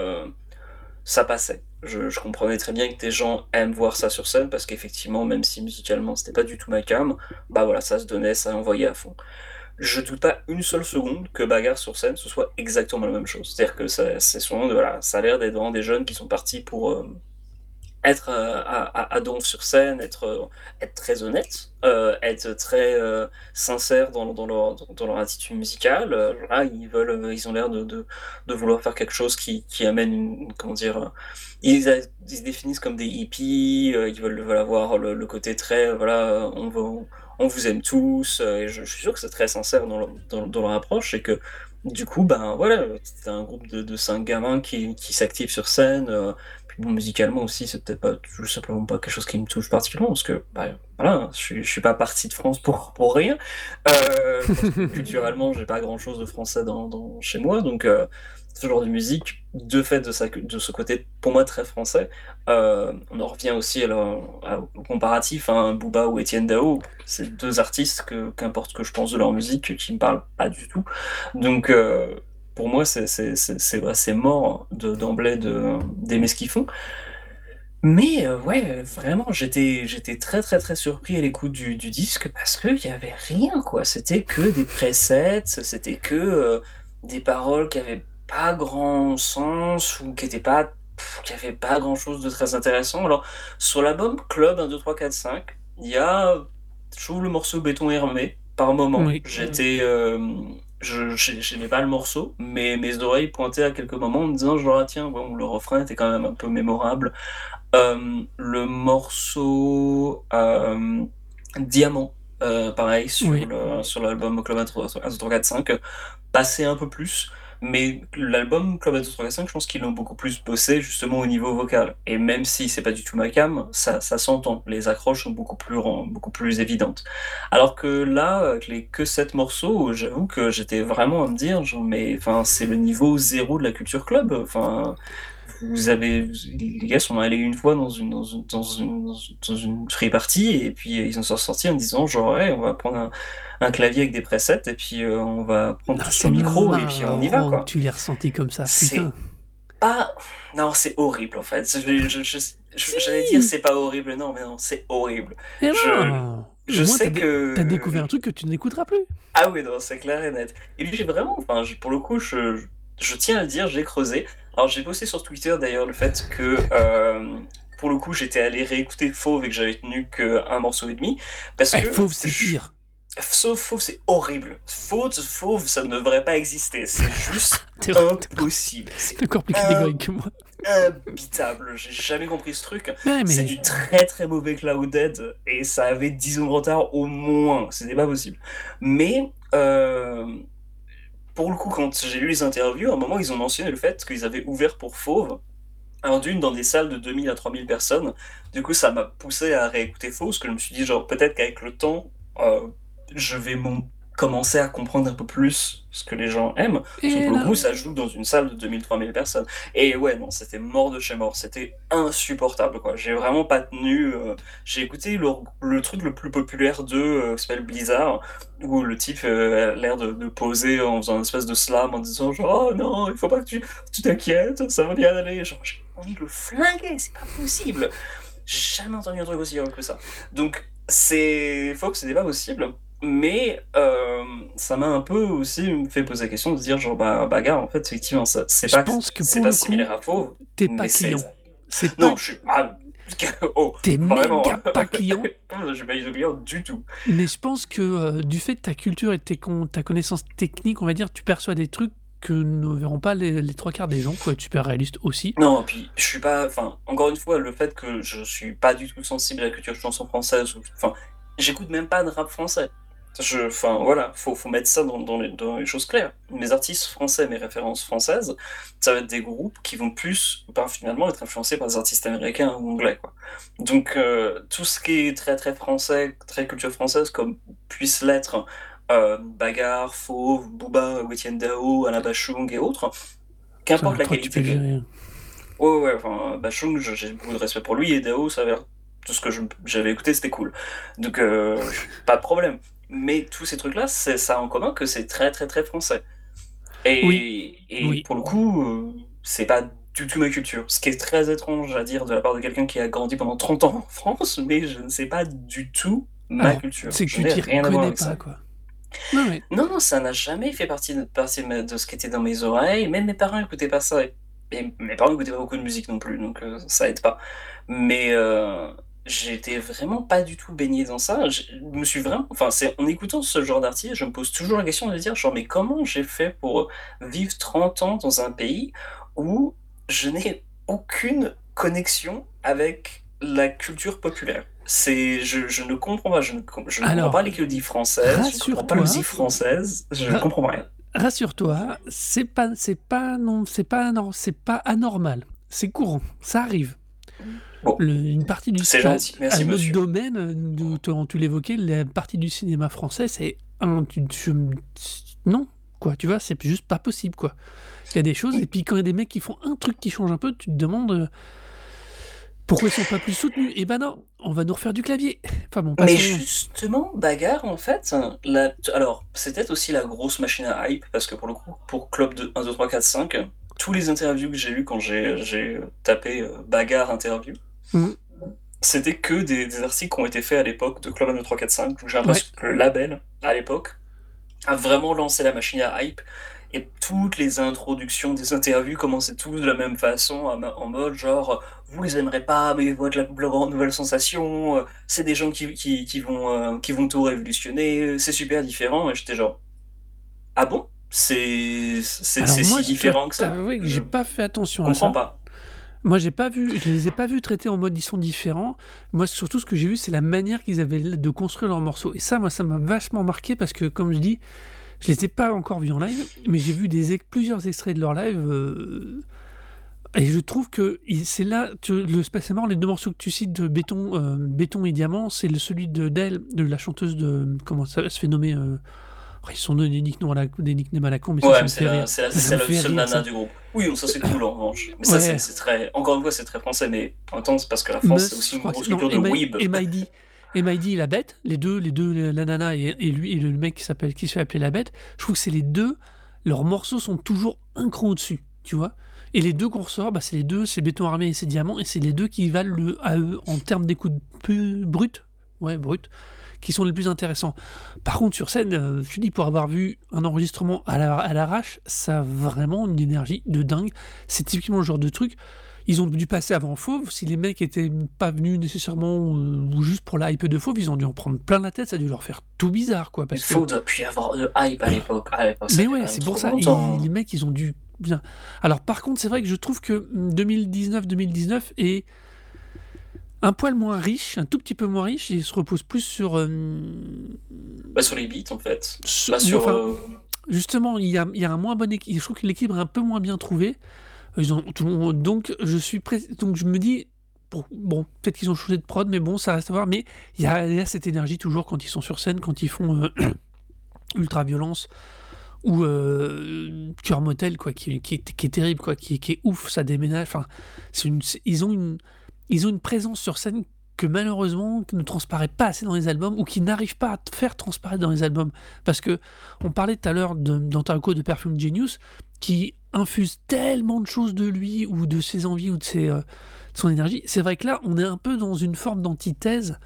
ça passait. Je comprenais très bien que des gens aiment voir ça sur scène parce qu'effectivement, même si musicalement c'était pas du tout ma came, bah voilà, ça se donnait, ça envoyait à fond. Je doute pas une seule seconde que Bagarre sur scène ce soit exactement la même chose. C'est-à-dire que c'est souvent, voilà, ça a l'air d'être vraiment des jeunes qui sont partis pour être à donf sur scène, être très honnête, être très sincère dans leur attitude musicale. Voilà, ils ont l'air de vouloir faire quelque chose qui amène comment dire, ils se définissent comme des hippies, veulent avoir le côté très, voilà, on vous aime tous, et je suis sûr que c'est très sincère dans leur approche, et que du coup, ben voilà, c'est un groupe de 5 gamins qui s'activent sur scène. Puis bon, musicalement aussi, c'est peut-être pas tout simplement pas quelque chose qui me touche particulièrement, parce que bah, voilà, je suis pas parti de France pour rien. Parce que culturellement, j'ai pas grand-chose de français chez moi, donc ce genre de musique, de fait de ce côté pour moi très français, on en revient aussi au comparatif, hein, Booba ou Étienne Dao, c'est 2 artistes qu'importe ce que je pense de leur musique, qui me parlent pas du tout. Donc pour moi, c'est mort d'emblée d'aimer ce qu'ils font. Mais ouais, vraiment, j'étais très très très surpris à l'écoute du disque parce qu'il y avait rien, quoi. C'était que des presets, c'était que des paroles qui avaient pas grand sens ou qui avaient pas grand chose de très intéressant. Alors, sur l'album Club 1, 2, 3, 4, 5, il y a, je trouve le morceau Béton Hermé, par moment, Oui. j'aimais pas le morceau, mais mes oreilles pointaient à quelques moments en me disant genre ah, tiens bon le refrain était quand même un peu mémorable. Le morceau Diamant, pareil Oui. sur l'album Club 1, 2, 3, 4, 5, passer un peu plus. Mais l'album Club 1, 2, 3, 4, 5, je pense qu'ils l'ont beaucoup plus bossé justement au niveau vocal. Et même si c'est pas du tout ma cam, ça s'entend. Les accroches sont beaucoup plus évidentes. Alors que là, avec les que 7 morceaux, j'avoue que j'étais vraiment à me dire, genre, mais enfin, c'est le niveau zéro de la culture club. Enfin, les gars sont allés une fois dans une free party et puis ils en sont sortis en disant genre ouais, on va prendre un clavier avec des presets et puis on va prendre Non, tous c'est nos micros et puis on y va marrant que quoi. tu l'aies ressenti comme ça, C'est putain. pas, non, c'est horrible en fait. J'allais dire Si! c'est pas horrible, non mais non, c'est horrible. Eh Je, non! Au je moins, sais t'as découvert que un truc que tu n'écouteras plus. ah oui, non, c'est clair et net. Et puis j'ai vraiment, enfin, pour le coup, je tiens à le dire, j'ai creusé. Alors j'ai posté sur Twitter d'ailleurs le fait que, pour le coup, j'étais allé réécouter Fauve et que j'avais tenu qu'un morceau et demi, parce Eh, que, fauve, c'est pire. sauf Fauve, c'est horrible. Fauve, ça ne devrait pas exister. C'est juste T'es impossible. C'est encore plus catégorique que moi. imbitable. J'ai jamais compris ce truc. Ouais, C'est mais du très très mauvais Clouded et ça avait 10 ans de retard au moins. C'était pas possible. Mais pour le coup, quand j'ai lu les interviews, à un moment, ils ont mentionné le fait qu'ils avaient ouvert pour Fauve, un d'une dans des salles de 2000 à 3000 personnes. Du coup, ça m'a poussé à réécouter Fauve, parce que je me suis dit, genre, peut-être qu'avec le temps, je vais commencer à comprendre un peu plus ce que les gens aiment. Parce que et pour le coup, là, ça joue dans une salle de 2000 3000 personnes. Et ouais, non, c'était mort de chez mort. C'était insupportable, quoi. J'ai vraiment pas tenu. J'ai écouté le truc le plus populaire d'eux, qui s'appelle Blizzard, où le type a l'air de poser en faisant une espèce de slam en disant genre, oh non, il faut pas que tu t'inquiètes, ça va bien aller. Genre, j'ai envie de le flinguer, c'est pas possible. J'ai jamais entendu un truc aussi horrible que ça. Donc, Fox, c'était pas possible. Mais ça m'a un peu aussi fait poser la question de se dire genre bah bagarre en fait effectivement ça je pense que c'est pour pas le coup, similaire à Fauve t'es pas mais c'est client. C'est pas. non je suis oh T'es vraiment méga pas client. je suis pas isolé du tout. Mais je pense que du fait de ta culture et de ta connaissance technique, on va dire, tu perçois des trucs que ne verront pas les trois quarts des gens. Faut être super réaliste aussi. Non, puis je suis pas. Enfin, encore une fois, le fait que je suis pas du tout sensible à la culture de chanson française, enfin, j'écoute même pas de rap français. Enfin, voilà, faut mettre ça dans les choses claires. Mes artistes français, mes références françaises, ça va être des groupes qui vont plus, finalement, être influencés par des artistes américains ou anglais, quoi. Donc, tout ce qui est très très français, très culture française, comme puisse l'être Bagarre, Fauve, Booba, Wetienne Dao, Alain Bachung et autres, C'est un qu'importe la truc que tu peux qualité gérer. ouais, enfin, Bachung, j'ai beaucoup de respect pour lui, et Dao, ça avait tout ce que j'avais écouté, c'était cool. Donc, pas de problème. Mais tous ces trucs-là, ça a en commun que c'est très, très, très français. Oui, Et oui. pour le coup, c'est pas du tout ma culture. Ce qui est très étrange à dire de la part de quelqu'un qui a grandi pendant 30 ans en France, mais je ne sais pas du tout ma Alors, culture. c'est que Je tu n'ai t'y rien à voir reconnais avec pas, ça. quoi. Non, mais Non, non, ça n'a jamais fait partie de ce qui était dans mes oreilles. Même mes parents n'écoutaient pas ça. Et mes parents n'écoutaient pas beaucoup de musique non plus, donc ça aide pas. Mais j'étais vraiment pas du tout baigné dans ça. Je me suis vraiment. Enfin, c'est en écoutant ce genre d'artiste, je me pose toujours la question de dire, genre, mais comment j'ai fait pour vivre 30 ans dans un pays où je n'ai aucune connexion avec la culture populaire? Je ne comprends pas, je ne comprends pas alors, les mélodies françaises, je ne comprends pas la rassure-toi, musique française, je ne ra- comprends rien. rassure-toi, c'est pas anormal. C'est courant, ça arrive. Bon, Une partie du c'est gentil, merci un autre monsieur. domaine tu l'évoquais, la partie du cinéma français, c'est un non quoi, tu vois, c'est juste pas possible quoi. Il y a des choses et puis quand il y a des mecs qui font un truc qui change un peu, tu te demandes pourquoi ils sont pas plus soutenus. Et ben non, on va nous refaire du clavier. Enfin bon, Mais passons. justement, Bagarre, en fait, alors, c'est peut-être aussi la grosse machine à hype, parce que pour le coup, pour Club de 1, 2, 3, 4, 5, tous les interviews que j'ai lues quand j'ai tapé Bagarre interview, Hmm, c'était que des articles qui ont été faits à l'époque de Club 1, 2, 3, 4, 5, donc j'ai ouais. l'impression que le label, à l'époque, a vraiment lancé la machine à hype. Et toutes les introductions des interviews commençaient tous de la même façon, en mode genre, vous les aimerez pas, mais votre la leur nouvelle sensation, c'est des gens qui vont tout révolutionner, c'est super différent. Et j'étais genre, ah bon? Alors C'est moi, si je dois différent que ça? t'avouer que Je j'ai pas fait attention à comprends ça. pas. Moi, je les ai pas vus traités en mode ils sont différents. Moi, surtout, ce que j'ai vu, c'est la manière qu'ils avaient de construire leurs morceaux. Et ça, moi, ça m'a vachement marqué parce que, comme je dis, je les ai pas encore vus en live, mais j'ai vu plusieurs extraits de leur live. Et je trouve que c'est là, le Space Mort, les deux morceaux que tu cites de Béton et Diamant, c'est celui d'elle, de la chanteuse de. Comment ça se fait nommer ils sont donnés des nicknames à la con, mais Ouais, ça mais me fait rire. Ça c'est me la fait seule rire, nana ça. du groupe. Oui, donc ça c'est cool en revanche. Mais ça Ouais. c'est très, encore une fois, c'est très français, mais en même temps c'est parce que la France c'est Mus, aussi je une crois que grosse c'est. Non, culture de weeb. MID, la bête, la nana et lui, et le mec qui se fait appeler la bête, je trouve que c'est les deux, leurs morceaux sont toujours un cran au-dessus, tu vois. Et les deux qu'on ressort, bah, c'est les deux, c'est Béton Armé et c'est Diamant, et c'est les deux qui valent à eux en termes d'écoute brut, ouais, brut, qui sont les plus intéressants. Par contre, sur scène, je te dis, pour avoir vu un enregistrement à l'arrache, ça a vraiment une énergie de dingue. C'est typiquement le genre de truc. Ils ont dû passer avant Fauve. Si les mecs étaient pas venus nécessairement ou juste pour la hype de Fauve, ils ont dû en prendre plein la tête. Ça a dû leur faire tout bizarre, quoi. Il Parce que. faut depuis avoir de hype à l'époque. À l'époque, ça Mais fait ouais, quand même c'est pour trop ça. Et longtemps. les mecs, ils ont dû bien. Alors, par contre, c'est vrai que je trouve que 2019 est un poil moins riche, un tout petit peu moins riche, et se repose plus sur. Bah, sur les beats en fait. sur- Bah, sur. enfin, justement, il y a un moins bon équilibre. Je trouve que l'équilibre est un peu moins bien trouvé. Donc, donc je me dis, bon, peut-être qu'ils ont changé de prod, mais bon, ça reste à voir. Mais il y a cette énergie toujours quand ils sont sur scène, quand ils font Ultra Violence ou Cœur Motel, quoi, qui est terrible, quoi, qui est ouf, ça déménage. Enfin, ils ont une présence sur scène que malheureusement ne transparaît pas assez dans les albums ou qui n'arrive pas à faire transparaître dans les albums. Parce que on parlait tout à l'heure d'Antarco de Perfume Genius qui infuse tellement de choses de lui ou de ses envies ou de son énergie. C'est vrai que là, on est un peu dans une forme d'antithèse.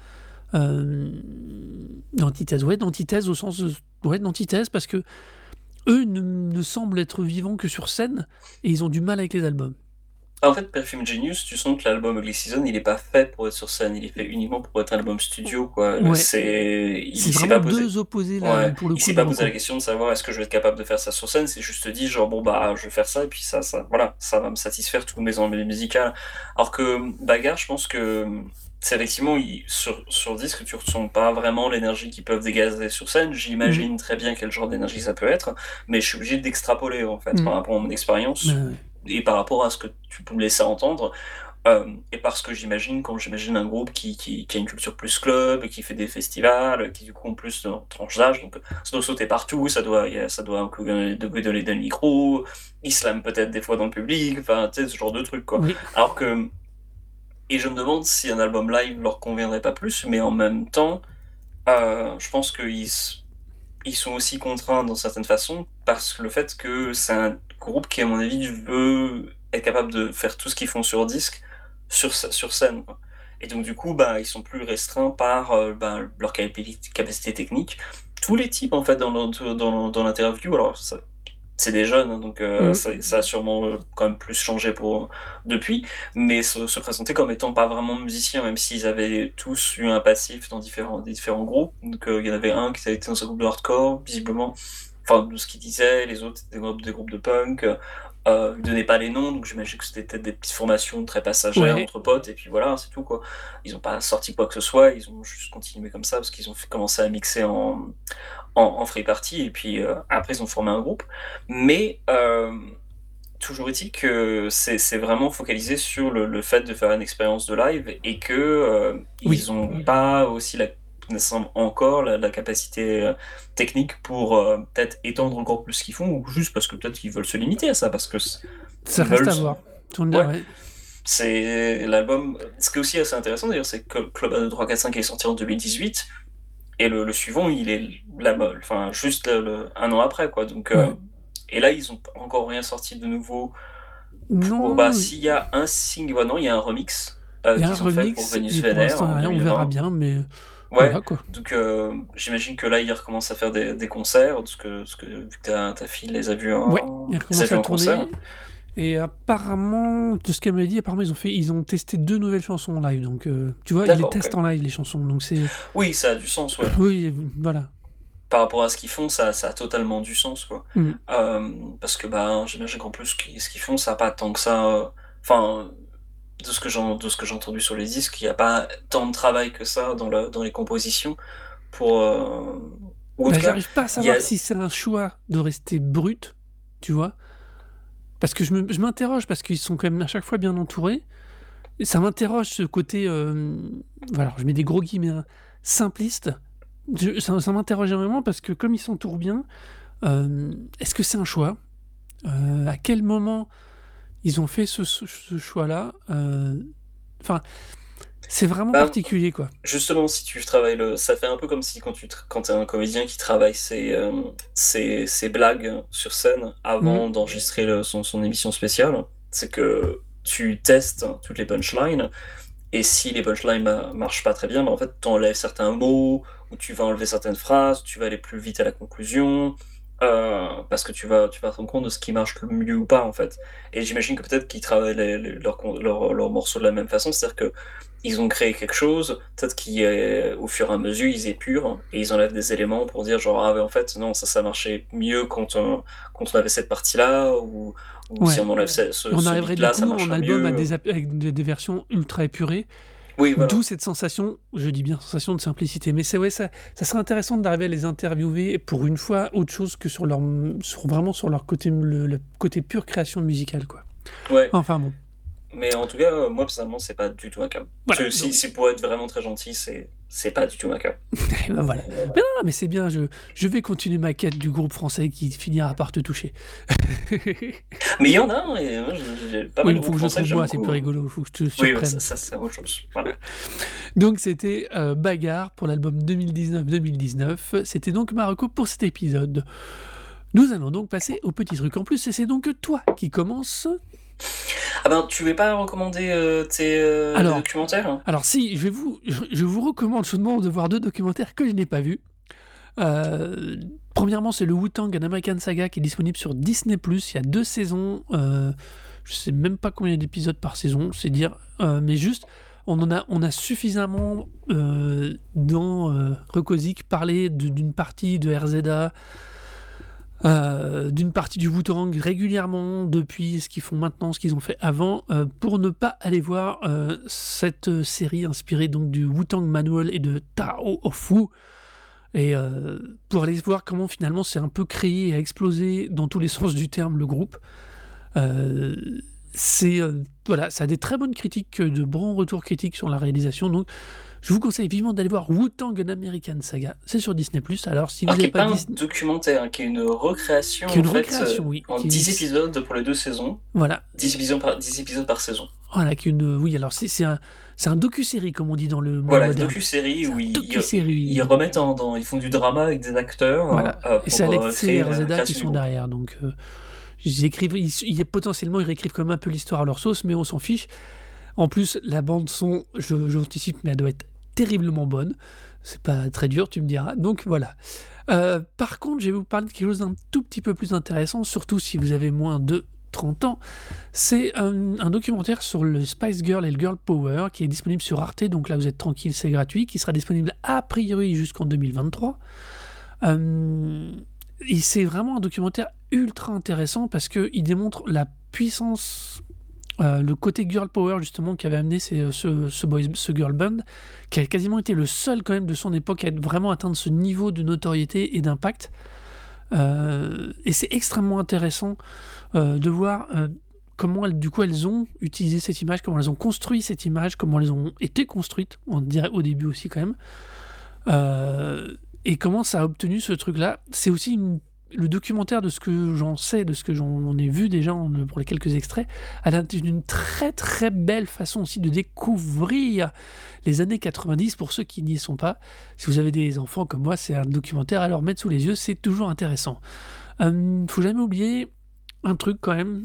D'antithèse au sens d'antithèse parce que eux ne semblent être vivants que sur scène et ils ont du mal avec les albums. En fait, Perfume Genius, tu sens que l'album Ugly Season, il est pas fait pour être sur scène, il est fait uniquement pour être un album studio, quoi. Ouais, Il c'est s'est vraiment pas posé. deux opposés là Ouais, pour le il coup s'est de pas posé la vocaux. question de savoir est-ce que je vais être capable de faire ça sur scène, c'est juste dit genre bon bah je vais faire ça et puis voilà, ça va me satisfaire toutes mes envies musicales. Alors que Bagarre, je pense que c'est effectivement sur disque tu ressens pas vraiment l'énergie qu'ils peuvent dégager sur scène. Mhm. J'imagine très bien quel genre d'énergie ça peut être, mais je suis obligé d'extrapoler en fait Mhm. par rapport à mon expérience Ouais. et par rapport à ce que tu peux me laisser entendre. Et parce que j'imagine, quand j'imagine un groupe qui a une culture plus club, qui fait des festivals, qui du coup ont plus de tranches d'âge, donc ça doit sauter partout, ça doit inclure de donner le micro, ils slament peut-être des fois dans le public, enfin, tu sais, ce genre de truc, quoi. Oui. Alors que, et je me demande si un album live leur conviendrait pas plus, mais en même temps, je pense ils sont aussi contraints dans certaines façons, parce que le fait que c'est un groupe qui, à mon avis, veut être capable de faire tout ce qu'ils font sur disque, sur scène, quoi. Et donc, du coup, bah, ils sont plus restreints par bah, leur capacité technique. Tous les types, en fait, dans l'interview, alors c'est des jeunes, hein, donc Mhm. ça a sûrement quand même plus changé depuis, mais se présenter comme étant pas vraiment musiciens, même s'ils avaient tous eu un passif dans différents groupes. Donc il y en avait un qui avait été dans un groupe de hardcore, visiblement, enfin de ce qu'il disait, les autres étaient des groupes de punk. Ils donnaient pas les noms, donc j'imagine que c'était peut-être des petites formations très passagères Ouais. entre potes, et puis voilà, c'est tout quoi. Ils ont pas sorti quoi que ce soit, ils ont juste continué comme ça parce qu'ils ont commencé à mixer en free party, et puis après ils ont formé un groupe. Mais toujours est-il que c'est vraiment focalisé sur le fait de faire une expérience de live et que Oui. ils ont pas aussi encore la capacité technique pour peut-être étendre encore plus ce qu'ils font, ou juste parce que peut-être qu'ils veulent se limiter à ça, parce que Ça ils reste veulent. à voir. Ouais, Ouais. c'est l'album. Ce qui est aussi assez intéressant d'ailleurs, c'est que Club 1, 2, 3, 4, 5 est sorti en 2018. Et le suivant, il est enfin, juste un an après, quoi. Donc, Ouais. et là, ils ont encore rien sorti de nouveau. Bah, Non, s'il y a un single, non, il y a un remix il y a un qu'ils ont fait pour remix Venus et pour Vener l'instant, il y a en rien. On verra 2020. bien, mais Ouais, Voilà quoi. donc j'imagine que là, ils recommencent à faire des concerts, vu que ta fille Ouais, ils ont les a commencé vus à en concert. tourner. Et apparemment, de ce qu'elle m'a dit, apparemment ils ont testé 2 nouvelles chansons en live. Donc tu vois, ils les D'accord, ok. testent en live les chansons. Donc c'est Oui, ça a du sens, ouais. oui, voilà. Par rapport à ce qu'ils font, ça a totalement du sens, quoi. Mm. Parce que bah, j'imagine qu'en plus, ce qu'ils font, ça n'a pas tant que ça. Enfin, de ce que j'ai entendu sur les disques, il n'y a pas tant de travail que ça dans les compositions. Pour, ou en Bah, tout cas, j'arrive pas à il y a. savoir si c'est un choix de rester brut, tu vois. Parce que je m'interroge parce qu'ils sont quand même à chaque fois bien entourés. Et ça m'interroge ce côté, voilà, je mets des gros guillemets, hein, simpliste. Ça m'interroge énormément parce que comme ils s'entourent bien, est-ce que c'est un choix? À quel moment ils ont fait ce choix-là? Enfin, c'est vraiment Bah, particulier, quoi. justement, si tu travailles ça fait un peu comme si quand t'es un comédien qui travaille ses blagues sur scène Mm. avant d'enregistrer son émission spéciale. C'est que tu testes toutes les punchlines. Et si les punchlines marchent pas très bien, bah en fait, tu enlèves certains mots, ou tu vas enlever certaines phrases, tu vas aller plus vite à la conclusion, parce que tu vas te rendre compte de ce qui marche le mieux ou pas, en fait. Et j'imagine que peut-être qu'ils travaillent leurs morceaux de la même façon, c'est-à-dire que ils ont créé quelque chose, peut-être qu'au fur et à mesure, ils épurent, et ils enlèvent des éléments pour dire genre, ah ouais, en fait, non, ça marchait mieux quand on avait cette partie-là, ou si Ouais. on enlève Et on ce arriverait du beat-là, ça coup en marchera album mieux. avec des versions ultra épurées. Oui, voilà. D'où cette sensation, je dis bien sensation de simplicité. Mais c'est ouais, ça serait intéressant d'arriver à les interviewer pour une fois autre chose que vraiment sur leur côté, le côté pure création musicale, quoi. Ouais. Enfin bon, Mais en tout cas, moi, personnellement, c'est pas du tout ma cam. voilà. Si pour être vraiment très gentil, c'est pas du tout ma cam. Et ben voilà. Mais non, mais c'est bien, je vais continuer ma quête du groupe français qui finira par te toucher. Mais il y en a, et moi, j'ai pas Oui, mal il de faut groupes que je français que trouve j'aime moi, c'est plus beaucoup. rigolo, il faut que je te Oui, bah, surprenne. ça c'est autre chose. Voilà. Donc c'était Bagarre pour l'album 2019-2019. C'était donc Marocco pour cet épisode. Nous allons donc passer au petit truc en plus, et c'est donc toi qui commence. Ah ben, tu veux pas recommander des Alors, documentaires, hein? alors si, je vous recommande chaudement de voir 2 documentaires que je n'ai pas vus. Euh, Premièrement, c'est le Wu-Tang An American Saga qui est disponible sur Disney+. Il y a 2 saisons. Je sais même pas combien d'épisodes par saison, c'est dire. Mais juste, on a suffisamment dans Recosic parlé d'une partie de RZA, d'une partie du Wu-Tang régulièrement depuis ce qu'ils font maintenant, ce qu'ils ont fait avant, pour ne pas aller voir cette série inspirée donc du Wu-Tang Manual et de Tao of Wu, et pour aller voir comment finalement c'est un peu créé et a explosé dans tous les sens du terme le groupe. Euh, voilà, ça a des très bonnes critiques, de bons retours critiques sur la réalisation, donc je vous conseille vivement d'aller voir Wu-Tang An American Saga, c'est sur Disney+. Alors si vous Alors, qui n'avez est pas pas un Disney, documentaire, hein, qui est une recréation, qui est en une fait, recréation, oui, en 10 épisodes pour les 2 saisons. voilà, 10 épisodes par saison. voilà, oui, alors c'est un docu-série comme on dit dans le monde Voilà, une moderne. docu-série C'est où un docu-série, ils remettent ils font du drama avec des acteurs voilà, et c'est pour Alexis créer et la RZA qui création du sont groupe. derrière, donc potentiellement ils réécrivent comme un peu l'histoire à leur sauce, mais on s'en fiche. En plus, la bande son, j'anticipe, mais elle doit être terriblement bonne. C'est pas très dur, tu me diras. Donc voilà. Par contre, je vais vous parler de quelque chose d'un tout petit peu plus intéressant, surtout si vous avez moins de 30 ans. C'est un documentaire sur le Spice Girl et le Girl Power qui est disponible sur Arte, donc là vous êtes tranquille, c'est gratuit, qui sera disponible a priori jusqu'en 2023. Et c'est vraiment un documentaire ultra intéressant parce qu'il démontre la puissance, le côté girl power justement qui avait amené ce girl band, qui a quasiment été le seul quand même de son époque à être vraiment atteindre ce niveau de notoriété et d'impact. Et c'est extrêmement intéressant de voir comment elles ont utilisé cette image, comment elles ont construit cette image, comment elles ont été construites, on dirait au début aussi quand même. Et comment ça a obtenu ce truc-là. C'est aussi le documentaire, de ce que j'en sais, de ce que j'en ai vu déjà pour les quelques extraits, elle a une très très belle façon aussi de découvrir les années 90 pour ceux qui n'y sont pas. Si vous avez des enfants comme moi, c'est un documentaire à leur mettre sous les yeux, c'est toujours intéressant. Faut jamais oublier un truc quand même.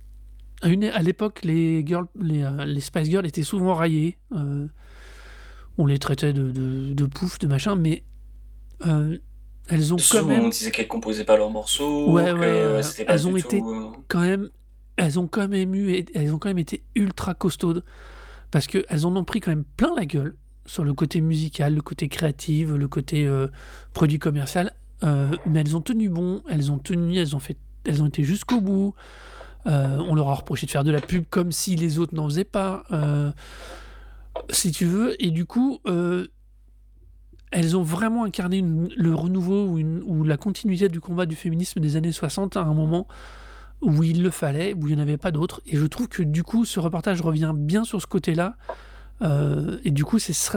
À l'époque, les Spice Girls étaient souvent raillées. on les traitait de pouf, de machin, mais euh, elles ont quand Souvent, on même, disait qu'elles composaient pas leurs morceaux, ouais, que ouais, c'était pas elles du ont été tout. quand même, elles ont quand même été ultra costaudes parce que elles en ont pris quand même plein la gueule sur le côté musical, le côté créatif, le côté produit commercial, mais elles ont tenu bon, elles ont été jusqu'au bout. On leur a reproché de faire de la pub comme si les autres n'en faisaient pas, si tu veux, et du coup, elles ont vraiment incarné le renouveau ou la continuité du combat du féminisme des années 60 à un moment où il le fallait, où il n'y en avait pas d'autres. Et je trouve que du coup, ce reportage revient bien sur ce côté-là. Et du coup,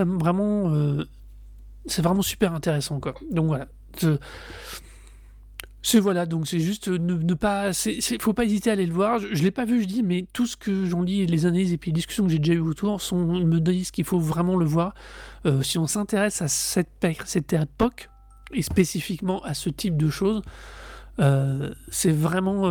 c'est vraiment super intéressant, quoi. Donc voilà. Voilà, donc c'est juste ne pas. Faut pas hésiter à aller le voir. Je l'ai pas vu, je dis, mais tout ce que j'en lis, les analyses et puis les discussions que j'ai déjà eues autour me disent qu'il faut vraiment le voir. Si on s'intéresse à cette époque, et spécifiquement à ce type de choses, c'est vraiment.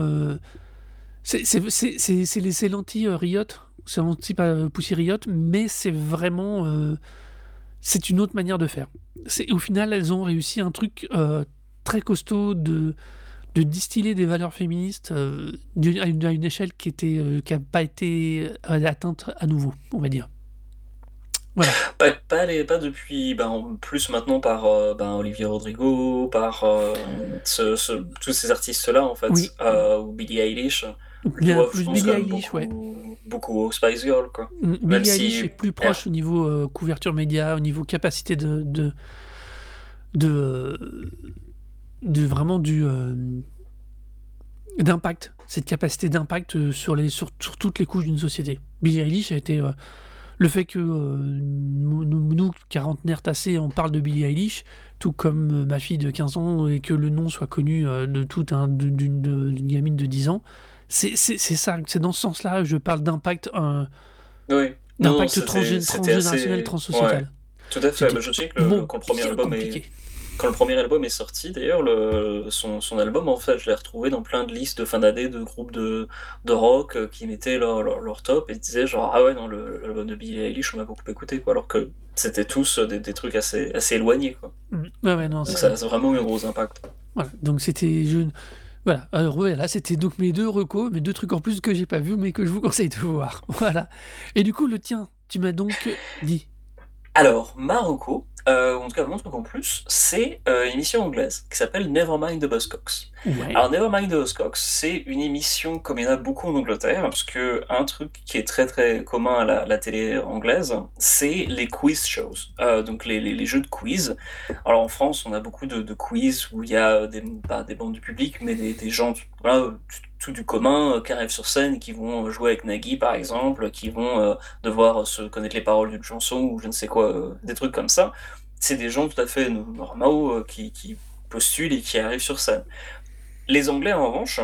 C'est l'anti-Riot, c'est l'anti-Pussy Riot, mais c'est vraiment. C'est une autre manière de faire. Au final, elles ont réussi un truc très costaud de distiller des valeurs féministes à une échelle qui n'a pas été atteinte à nouveau, on va dire. Voilà. Pas depuis, plus maintenant par Olivier Rodrigo, par tous ces artistes-là, en Oui. fait, ou Billie Eilish, Bien je plus pense Billie quand même Eilish, ouais. beaucoup aux Spice Girls, quoi. Même Billie Eilish si, est plus proche au niveau couverture média, au niveau capacité de, vraiment d'impact, cette capacité d'impact sur toutes les couches d'une société. Billie Eilish a été le fait que nous, quarantenaires tassés, on parle de Billie Eilish, tout comme ma fille de 15 ans, et que le nom soit connu d'une gamine de 10 ans, c'est ça, c'est dans ce sens-là que je parle d'impact oui, non, c'était transgénérationnel, assez, ouais, transsocial. tout à fait. C'était Bah, je sais que quand le premier bien album compliqué. quand le premier album est sorti, d'ailleurs, son album, en fait, je l'ai retrouvé dans plein de listes de fin d'année de groupes de rock qui mettaient leur top et disaient genre, ah ouais, non, l'album de Billie Eilish, on m'a beaucoup écouté, quoi, alors que c'était tous des trucs assez éloignés, quoi. Ouais, non, Donc ça a vraiment eu un gros impact. voilà, donc c'était voilà, alors voilà, c'était donc mes deux recos, mes deux trucs en plus que j'ai pas vu mais que je vous conseille de voir. Voilà. Et du coup, le tien, tu m'as donc dit. Alors, Marocco, en tout cas mon truc en plus, c'est une émission anglaise qui s'appelle Nevermind the Buzzcocks. Ouais. Alors Nevermind the Buzzcocks, c'est une émission comme il y en a beaucoup en Angleterre, parce que un truc qui est très très commun à la télé anglaise, c'est les quiz shows, donc les jeux de quiz. Alors en France, on a beaucoup de quiz où il y a pas des bandes du public, mais des gens voilà, tout du commun qui arrivent sur scène et qui vont jouer avec Nagui par exemple, qui vont devoir se connaître les paroles d'une chanson ou je ne sais quoi, des trucs comme ça. C'est des gens tout à fait normaux qui postulent et qui arrivent sur scène. Les Anglais, en revanche,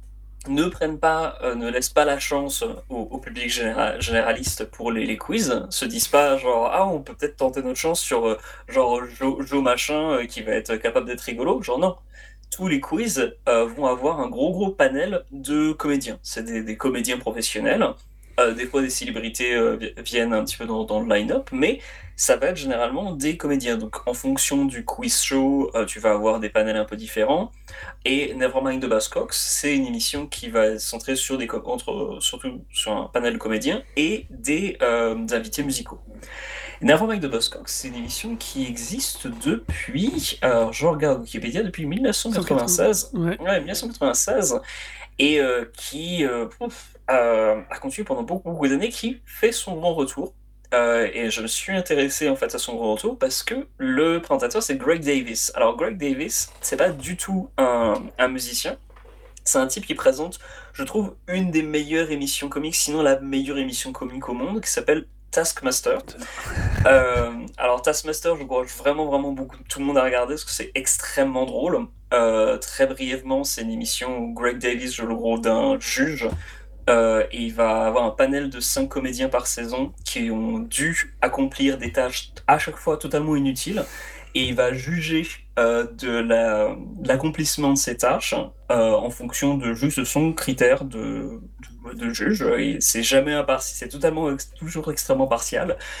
ne laissent pas la chance au public généraliste pour les quiz, se disent pas genre ah on peut peut-être tenter notre chance sur genre Joe machin qui va être capable d'être rigolo, genre non. Tous les quiz vont avoir un gros panel de comédiens. C'est des comédiens professionnels. Des fois, des célébrités viennent un petit peu dans le line-up, mais ça va être généralement des comédiens. Donc, en fonction du quiz show, tu vas avoir des panels un peu différents. Et Nevermind the Buzzcocks, c'est une émission qui va être centrée sur surtout sur un panel de comédiens et des invités musicaux. Nevermind the Buzzcocks, c'est une émission qui existe depuis, alors je regarde Wikipédia, depuis 1996. Ouais. Ouais, 1996. Et qui a continué pendant beaucoup d'années, qui fait son grand retour. Et je me suis intéressé en fait à son grand retour parce que le présentateur c'est Greg Davis. Alors Greg Davis, c'est pas du tout un musicien. C'est un type qui présente, je trouve, une des meilleures émissions comiques, sinon la meilleure émission comique au monde, qui s'appelle Taskmaster. Alors Taskmaster, je encourage vraiment beaucoup tout le monde à regarder parce que c'est extrêmement drôle. Très brièvement, c'est une émission où Greg Davis joue le rôle d'un juge. Et il va avoir un panel de 5 comédiens par saison qui ont dû accomplir des tâches à chaque fois totalement inutiles. Et il va juger de l'accomplissement de ces tâches en fonction de juste son critère de juge. Et c'est jamais impartial, c'est toujours extrêmement partial.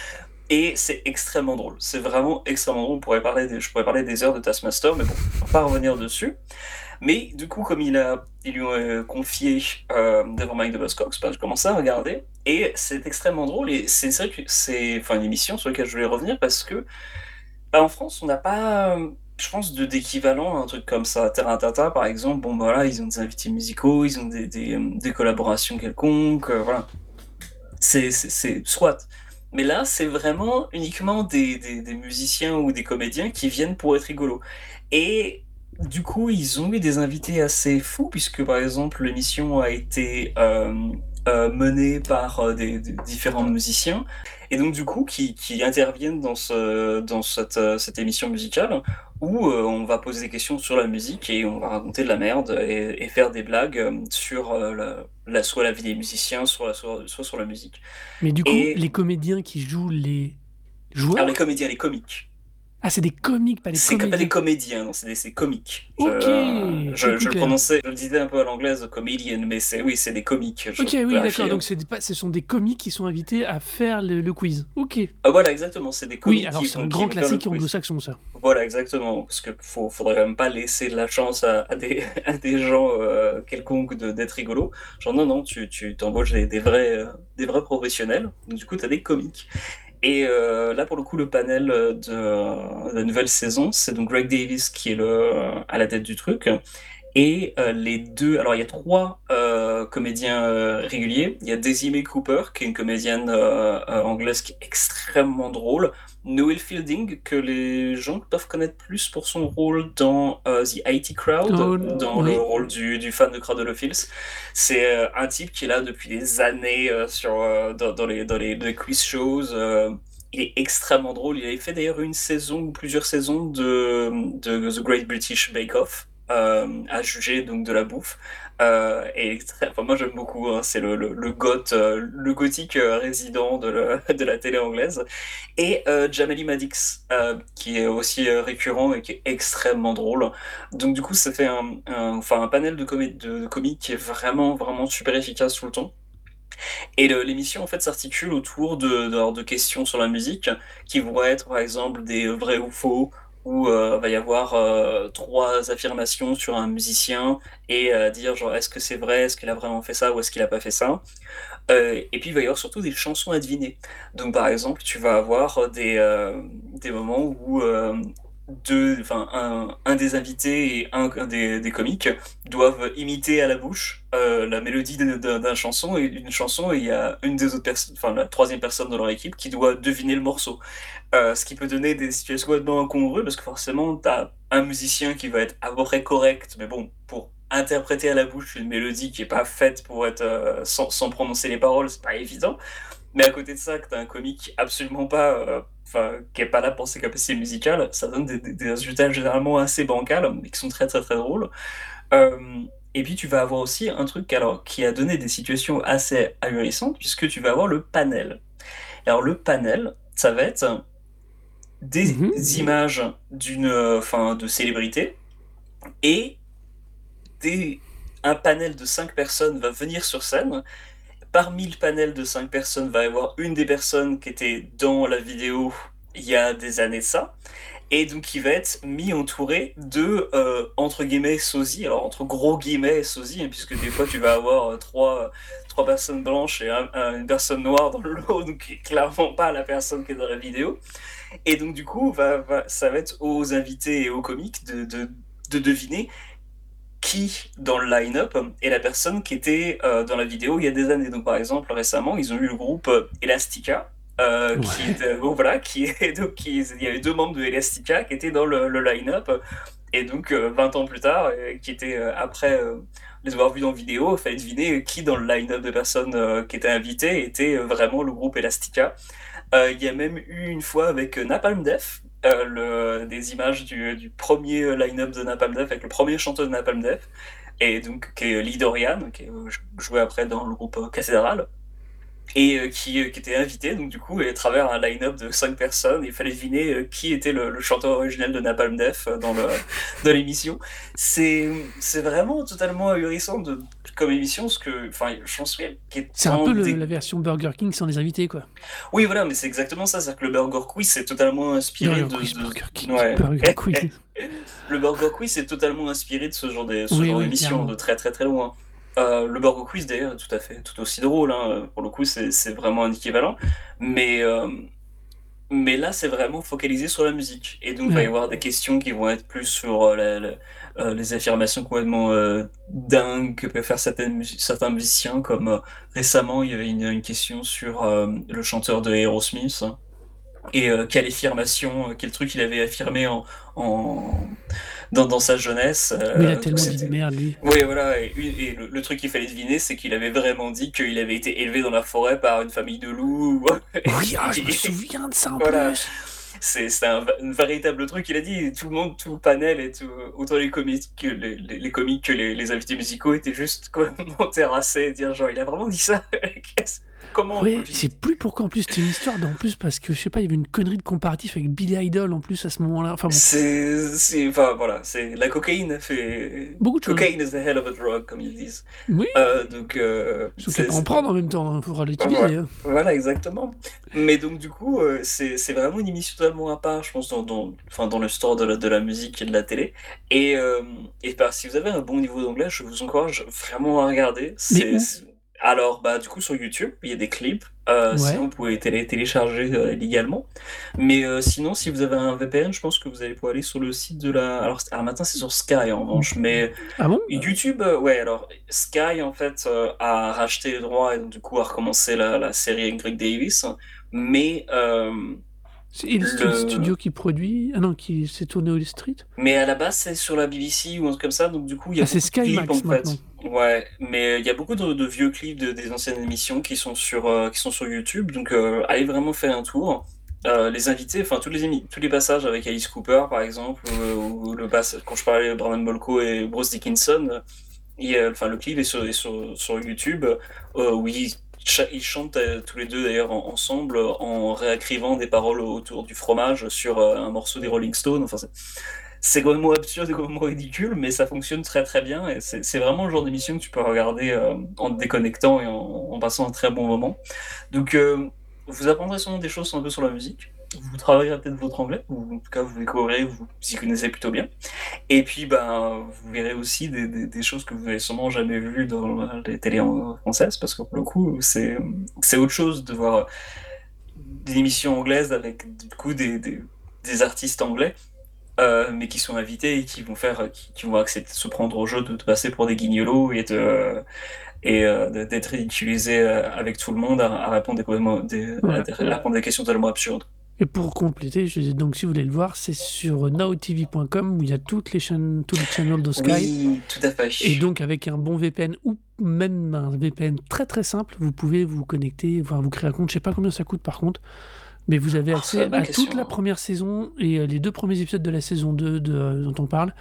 Et c'est extrêmement drôle. C'est vraiment extrêmement drôle. Je pourrais parler des heures de Taskmaster, mais bon, on va pas revenir dessus. Mais du coup, comme ils lui ont confié Nevermind the Buzzcocks, j'ai commencé à regarder. Et c'est extrêmement drôle. Et c'est vrai que c'est une émission sur laquelle je voulais revenir parce que en France, on n'a pas, je pense, d'équivalent à un truc comme ça. Terra Tata, par exemple, bon, voilà, ils ont des invités musicaux, ils ont des collaborations quelconques, voilà. C'est soit. Mais là, c'est vraiment uniquement des musiciens ou des comédiens qui viennent pour être rigolos. Et du coup, ils ont eu des invités assez fous, puisque par exemple, l'émission a été menée par des différents musiciens, et donc du coup, qui interviennent dans cette émission musicale, où on va poser des questions sur la musique et on va raconter de la merde et faire des blagues sur soit la vie des musiciens, soit sur la musique. Mais du coup, Et les comédiens qui jouent les alors les joueurs? comédiens, les comiques. Ah, c'est des comiques, pas des C'est pas des comédiens. comédiens, non, c'est comiques. Ok, c'est plus Je le clair. prononçais, je le disais un peu à l'anglaise, comedian, mais oui, c'est des comiques, je Ok, oui, d'accord. clarifie. Donc, ce sont des comiques qui sont invités à faire le quiz. Ok. Ah, voilà, exactement, c'est des Oui, comiques alors c'est un qui grand vont faire le classique quiz. anglo-saxon, ça. Voilà, exactement, parce que faudrait quand même pas laisser de la chance à à des gens quelconques d'être rigolos. Genre, non, non, tu t'embauches des vrais professionnels, donc du coup, t'as des comiques. Et là, pour le coup, le panel de la nouvelle saison, c'est donc Greg Davis qui est à la tête du truc. Et les deux, alors il y a trois comédiens réguliers. Il y a Daisy May Cooper, qui est une comédienne anglaise qui est extrêmement drôle. Noel Fielding, que les gens doivent connaître plus pour son rôle dans The IT Oh, Crowd, dans le oui. rôle du fan de Cradle of Filth. C'est un type qui est là depuis des années dans les quiz shows. Il est extrêmement drôle. Il avait fait d'ailleurs une saison ou plusieurs saisons de The Great British Bake Off. À juger donc de la bouffe. Enfin, moi j'aime beaucoup, hein, c'est le gothique résident de la télé anglaise. Et Jameli Maddix, qui est aussi récurrent et qui est extrêmement drôle. Donc du coup ça fait un panel de comiques qui est vraiment, vraiment super efficace tout le temps. Et l'émission en fait s'articule autour de questions sur la musique qui vont être par exemple des vrais ou faux, où va y avoir trois affirmations sur un musicien et dire genre est-ce que c'est vrai, est-ce qu'il a vraiment fait ça ou est-ce qu'il a pas fait ça. Et puis il va y avoir surtout des chansons à deviner. Donc par exemple tu vas avoir des moments où un des invités et un des comiques doivent imiter à la bouche la mélodie d'une chanson et il y a une des autres personnes, enfin la troisième personne de leur équipe qui doit deviner le morceau. Ce qui peut donner des situations complètement incongrues parce que forcément t'as un musicien qui va être à peu près correct, mais bon, pour interpréter à la bouche une mélodie qui est pas faite pour être sans prononcer les paroles, c'est pas évident. Mais à côté de ça, que t'as un comique absolument pas, qui est pas là pour ses capacités musicales, ça donne des résultats généralement assez bancals, mais qui sont très très très drôles. Euh, et puis tu vas avoir aussi un truc alors, qui a donné des situations assez ahurissantes, puisque tu vas avoir le panel. Alors le panel, ça va être des Mhm. images de célébrités et des, un panel de 5 personnes va venir sur scène. Parmi le panel de 5 personnes, va y avoir une des personnes qui était dans la vidéo il y a des années de ça, et donc qui va être mis entouré de, entre guillemets, sosies, alors entre gros guillemets sosies, hein, puisque des fois tu vas avoir trois personnes blanches et une personne noire dans le lot, donc qui est clairement pas la personne qui est dans la vidéo. Et donc du coup, ça va être aux invités et aux comiques de deviner qui dans le line-up est la personne qui était dans la vidéo il y a des années. Donc par exemple récemment ils ont eu le groupe Elastica qui Ouais. est bon, voilà il y avait deux membres de Elastica qui étaient dans le line-up et donc 20 ans plus tard qui étaient après les avoir vus dans vidéo, il fallait deviner qui dans le line-up de personnes qui étaient invitées était vraiment le groupe Elastica. Il y a même eu une fois avec Napalm Death, des images du premier line-up de Napalm Death avec le premier chanteur de Napalm Death, et donc qui est Lee Dorian, qui jouait après dans le groupe Cathédrale. et qui était invité, donc du coup, à travers un line-up de 5 personnes, il fallait deviner qui était le chanteur original de Napalm Death dans l'émission. C'est vraiment totalement ahurissant comme émission, parce que, enfin, je pense qu'il y a C'est un tant peu d'é- la version Burger King sans les invités, quoi. Oui, voilà, mais c'est exactement ça, c'est-à-dire que le Burger Quiz, c'est totalement inspiré Burger King, Ouais. Burger Quiz. Le Burger Quiz est totalement inspiré de ce genre Oui, d'émission, clairement. de très très très loin. Le Burger Quiz d'ailleurs est tout à fait tout aussi drôle, hein. Pour le coup c'est vraiment un équivalent, mais, euh, mais là c'est vraiment focalisé sur la musique. Et donc il va y Ouais. avoir des questions qui vont être plus sur les affirmations complètement dingues que peuvent faire certains musiciens, comme récemment il y avait une question sur le chanteur de Aerosmith, hein. Et quelle affirmation, quel truc il avait affirmé en, dans sa jeunesse. Mais il a Donc tellement dit de merde, lui. Oui, voilà. Et le truc qu'il fallait deviner, c'est qu'il avait vraiment dit qu'il avait été élevé dans la forêt par une famille de loups. Oui, je me souviens de ça en Voilà. plus. C'est un véritable truc. Il a dit, tout le monde, tout le panel, et tout, autant les comiques que les comiques que les invités musicaux étaient juste complètement terrassés et dire genre, il a vraiment dit ça. Comment on Ouais, peut je sais plus pourquoi en plus c'était une histoire d'en plus parce que je sais pas, il y avait une connerie de comparatif avec Billy Idol en plus à ce moment-là. Enfin bon, Enfin voilà, c'est la cocaïne fait. beaucoup de choses. Cocaine is the hell of a drug, comme ils disent. Oui, Donc sauf qu'il n'y a pas à en prendre en même temps, il faudra l'utiliser. voilà, Hein. voilà, exactement. Mais donc du coup, c'est vraiment une émission totalement à part, je pense, enfin, dans le store de la musique et de la télé. Et bah, si vous avez un bon niveau d'anglais, je vous encourage vraiment à regarder. Mais où? Alors, bah, du coup, sur YouTube, il y a des clips. Sinon, Ouais. vous pouvez télécharger légalement. Mais sinon, si vous avez un VPN, je pense que vous allez pouvoir aller sur le site de la. Alors maintenant, c'est sur Sky en revanche. Mais Ah bon? YouTube, ouais, alors Sky, en fait, a racheté les droits et donc, du coup, a recommencé la série Greg Davis. Mais, C'est le studio qui produit. Ah non, qui s'est tourné au Street. mais à la base, c'est sur la BBC ou un truc comme ça. Donc, du coup, il y a Ah, c'est beaucoup de Sky clips, en Max fait. maintenant. Ouais, mais il y a beaucoup de vieux clips des anciennes émissions qui sont sur YouTube. Donc, allez vraiment faire un tour. Les invités, enfin tous les passages avec Alice Cooper par exemple, ou quand je parlais de Brandon Bolko et Bruce Dickinson, enfin le clip est sur YouTube, où ils chantent tous les deux d'ailleurs ensemble en réécrivant des paroles autour du fromage sur un morceau des Rolling Stones. Enfin, c'est complètement absurde et complètement ridicule, mais ça fonctionne très très bien et c'est vraiment le genre d'émission que tu peux regarder en te déconnectant et en passant un très bon moment. Donc, vous apprendrez sûrement des choses un peu sur la musique. Vous travaillerez peut-être votre anglais, ou en tout cas vous découvrirez, vous y connaissez plutôt bien. Et puis, ben, vous verrez aussi des choses que vous n'avez sûrement jamais vues dans les télés françaises, parce que pour le coup, c'est autre chose de voir des émissions anglaises avec du coup des artistes anglais, mais qui sont invités et qui vont accepter de se prendre au jeu, de passer pour des guignolos d'être ridiculisés avec tout le monde à répondre Ouais. à répondre des questions tellement absurdes. Et pour compléter, donc si vous voulez le voir, c'est sur nowtv.com où il y a toutes les chaînes, tous les channels de Sky. Oui, tout à fait. Et donc avec un bon VPN ou même un VPN très très simple, vous pouvez vous connecter, voire vous créer un compte. Je sais pas combien ça coûte par contre, mais vous avez Oh, c'est accès la bonne à toute la question. première saison et les 2 premiers épisodes de la saison 2 dont on parle.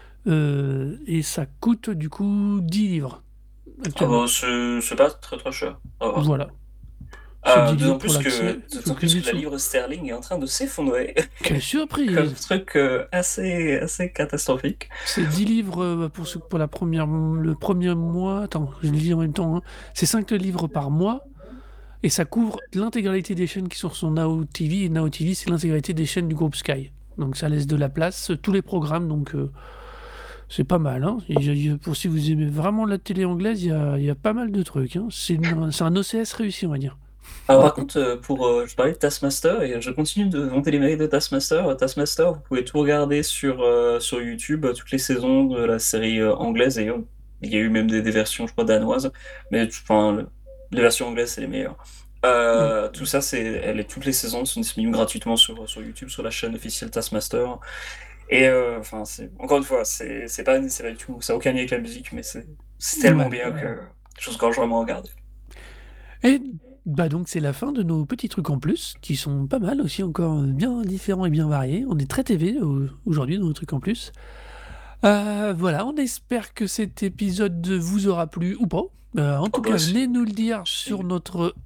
Et ça coûte du coup 10 livres Ah actuellement. bah, c'est pas très très cher. Ah, bah. Voilà. C'est 10 livres D'autant pour plus l'accès. d'autant plus que la livre sterling est en train de s'effondrer. Quelle Comme surprise! truc assez catastrophique. C'est 10 livres pour le premier mois. Attends, je le lis en même temps. Hein. C'est 5 livres par mois. Et ça couvre l'intégralité des chaînes qui sont sur Now TV. Et Now TV, c'est l'intégralité des chaînes du groupe Sky. Donc ça laisse de la place. Tous les programmes, donc c'est pas mal. Hein. Pour si vous aimez vraiment la télé anglaise, il y a pas mal de trucs. Hein. C'est un OCS réussi, on va dire. Alors par contre, je parlais de Taskmaster et je continue de vanter les mérites de Taskmaster. Taskmaster, vous pouvez tout regarder sur YouTube, toutes les saisons de la série anglaise et il y a eu même des versions, je crois, danoises. Mais enfin, les versions anglaises, c'est les meilleures. Ouais. Tout ça, toutes les saisons sont disponibles gratuitement sur YouTube, sur la chaîne officielle Taskmaster. Et enfin, encore une fois, c'est pas du tout, ça n'a aucun lien avec la musique, mais c'est tellement Ouais. bien que je vous encourage vraiment à regarder. Et bah donc c'est la fin de nos petits trucs en plus, qui sont pas mal aussi, encore bien différents et bien variés. On est très TV aujourd'hui dans nos trucs en plus. Voilà, on espère que cet épisode vous aura plu ou pas. En tout cas, bah, venez nous le dire sur notre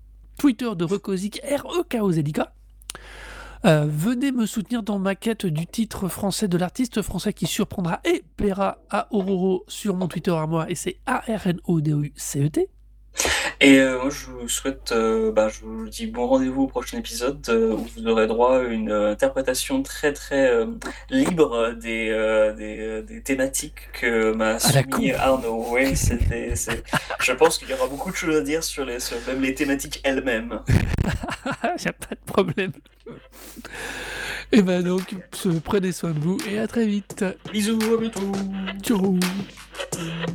Twitter de Rekozik, R-E-K-O-Z-I-K. Venez me soutenir dans ma quête du titre français de l'artiste français qui surprendra et plaira à Ororo sur mon Twitter à moi, et c'est A-R-N-O-D-O-U-C-E-T. Et moi, je vous souhaite, je vous dis bon rendez-vous au prochain épisode où vous aurez droit à une interprétation très très libre des thématiques que m'a soumis Arnaud. Oui, je pense qu'il y aura beaucoup de choses à dire sur même les thématiques elles-mêmes. Il n'y a pas de problème. Et ben donc, prenez soin de vous et à très vite. Bisous, à bientôt. Ciao.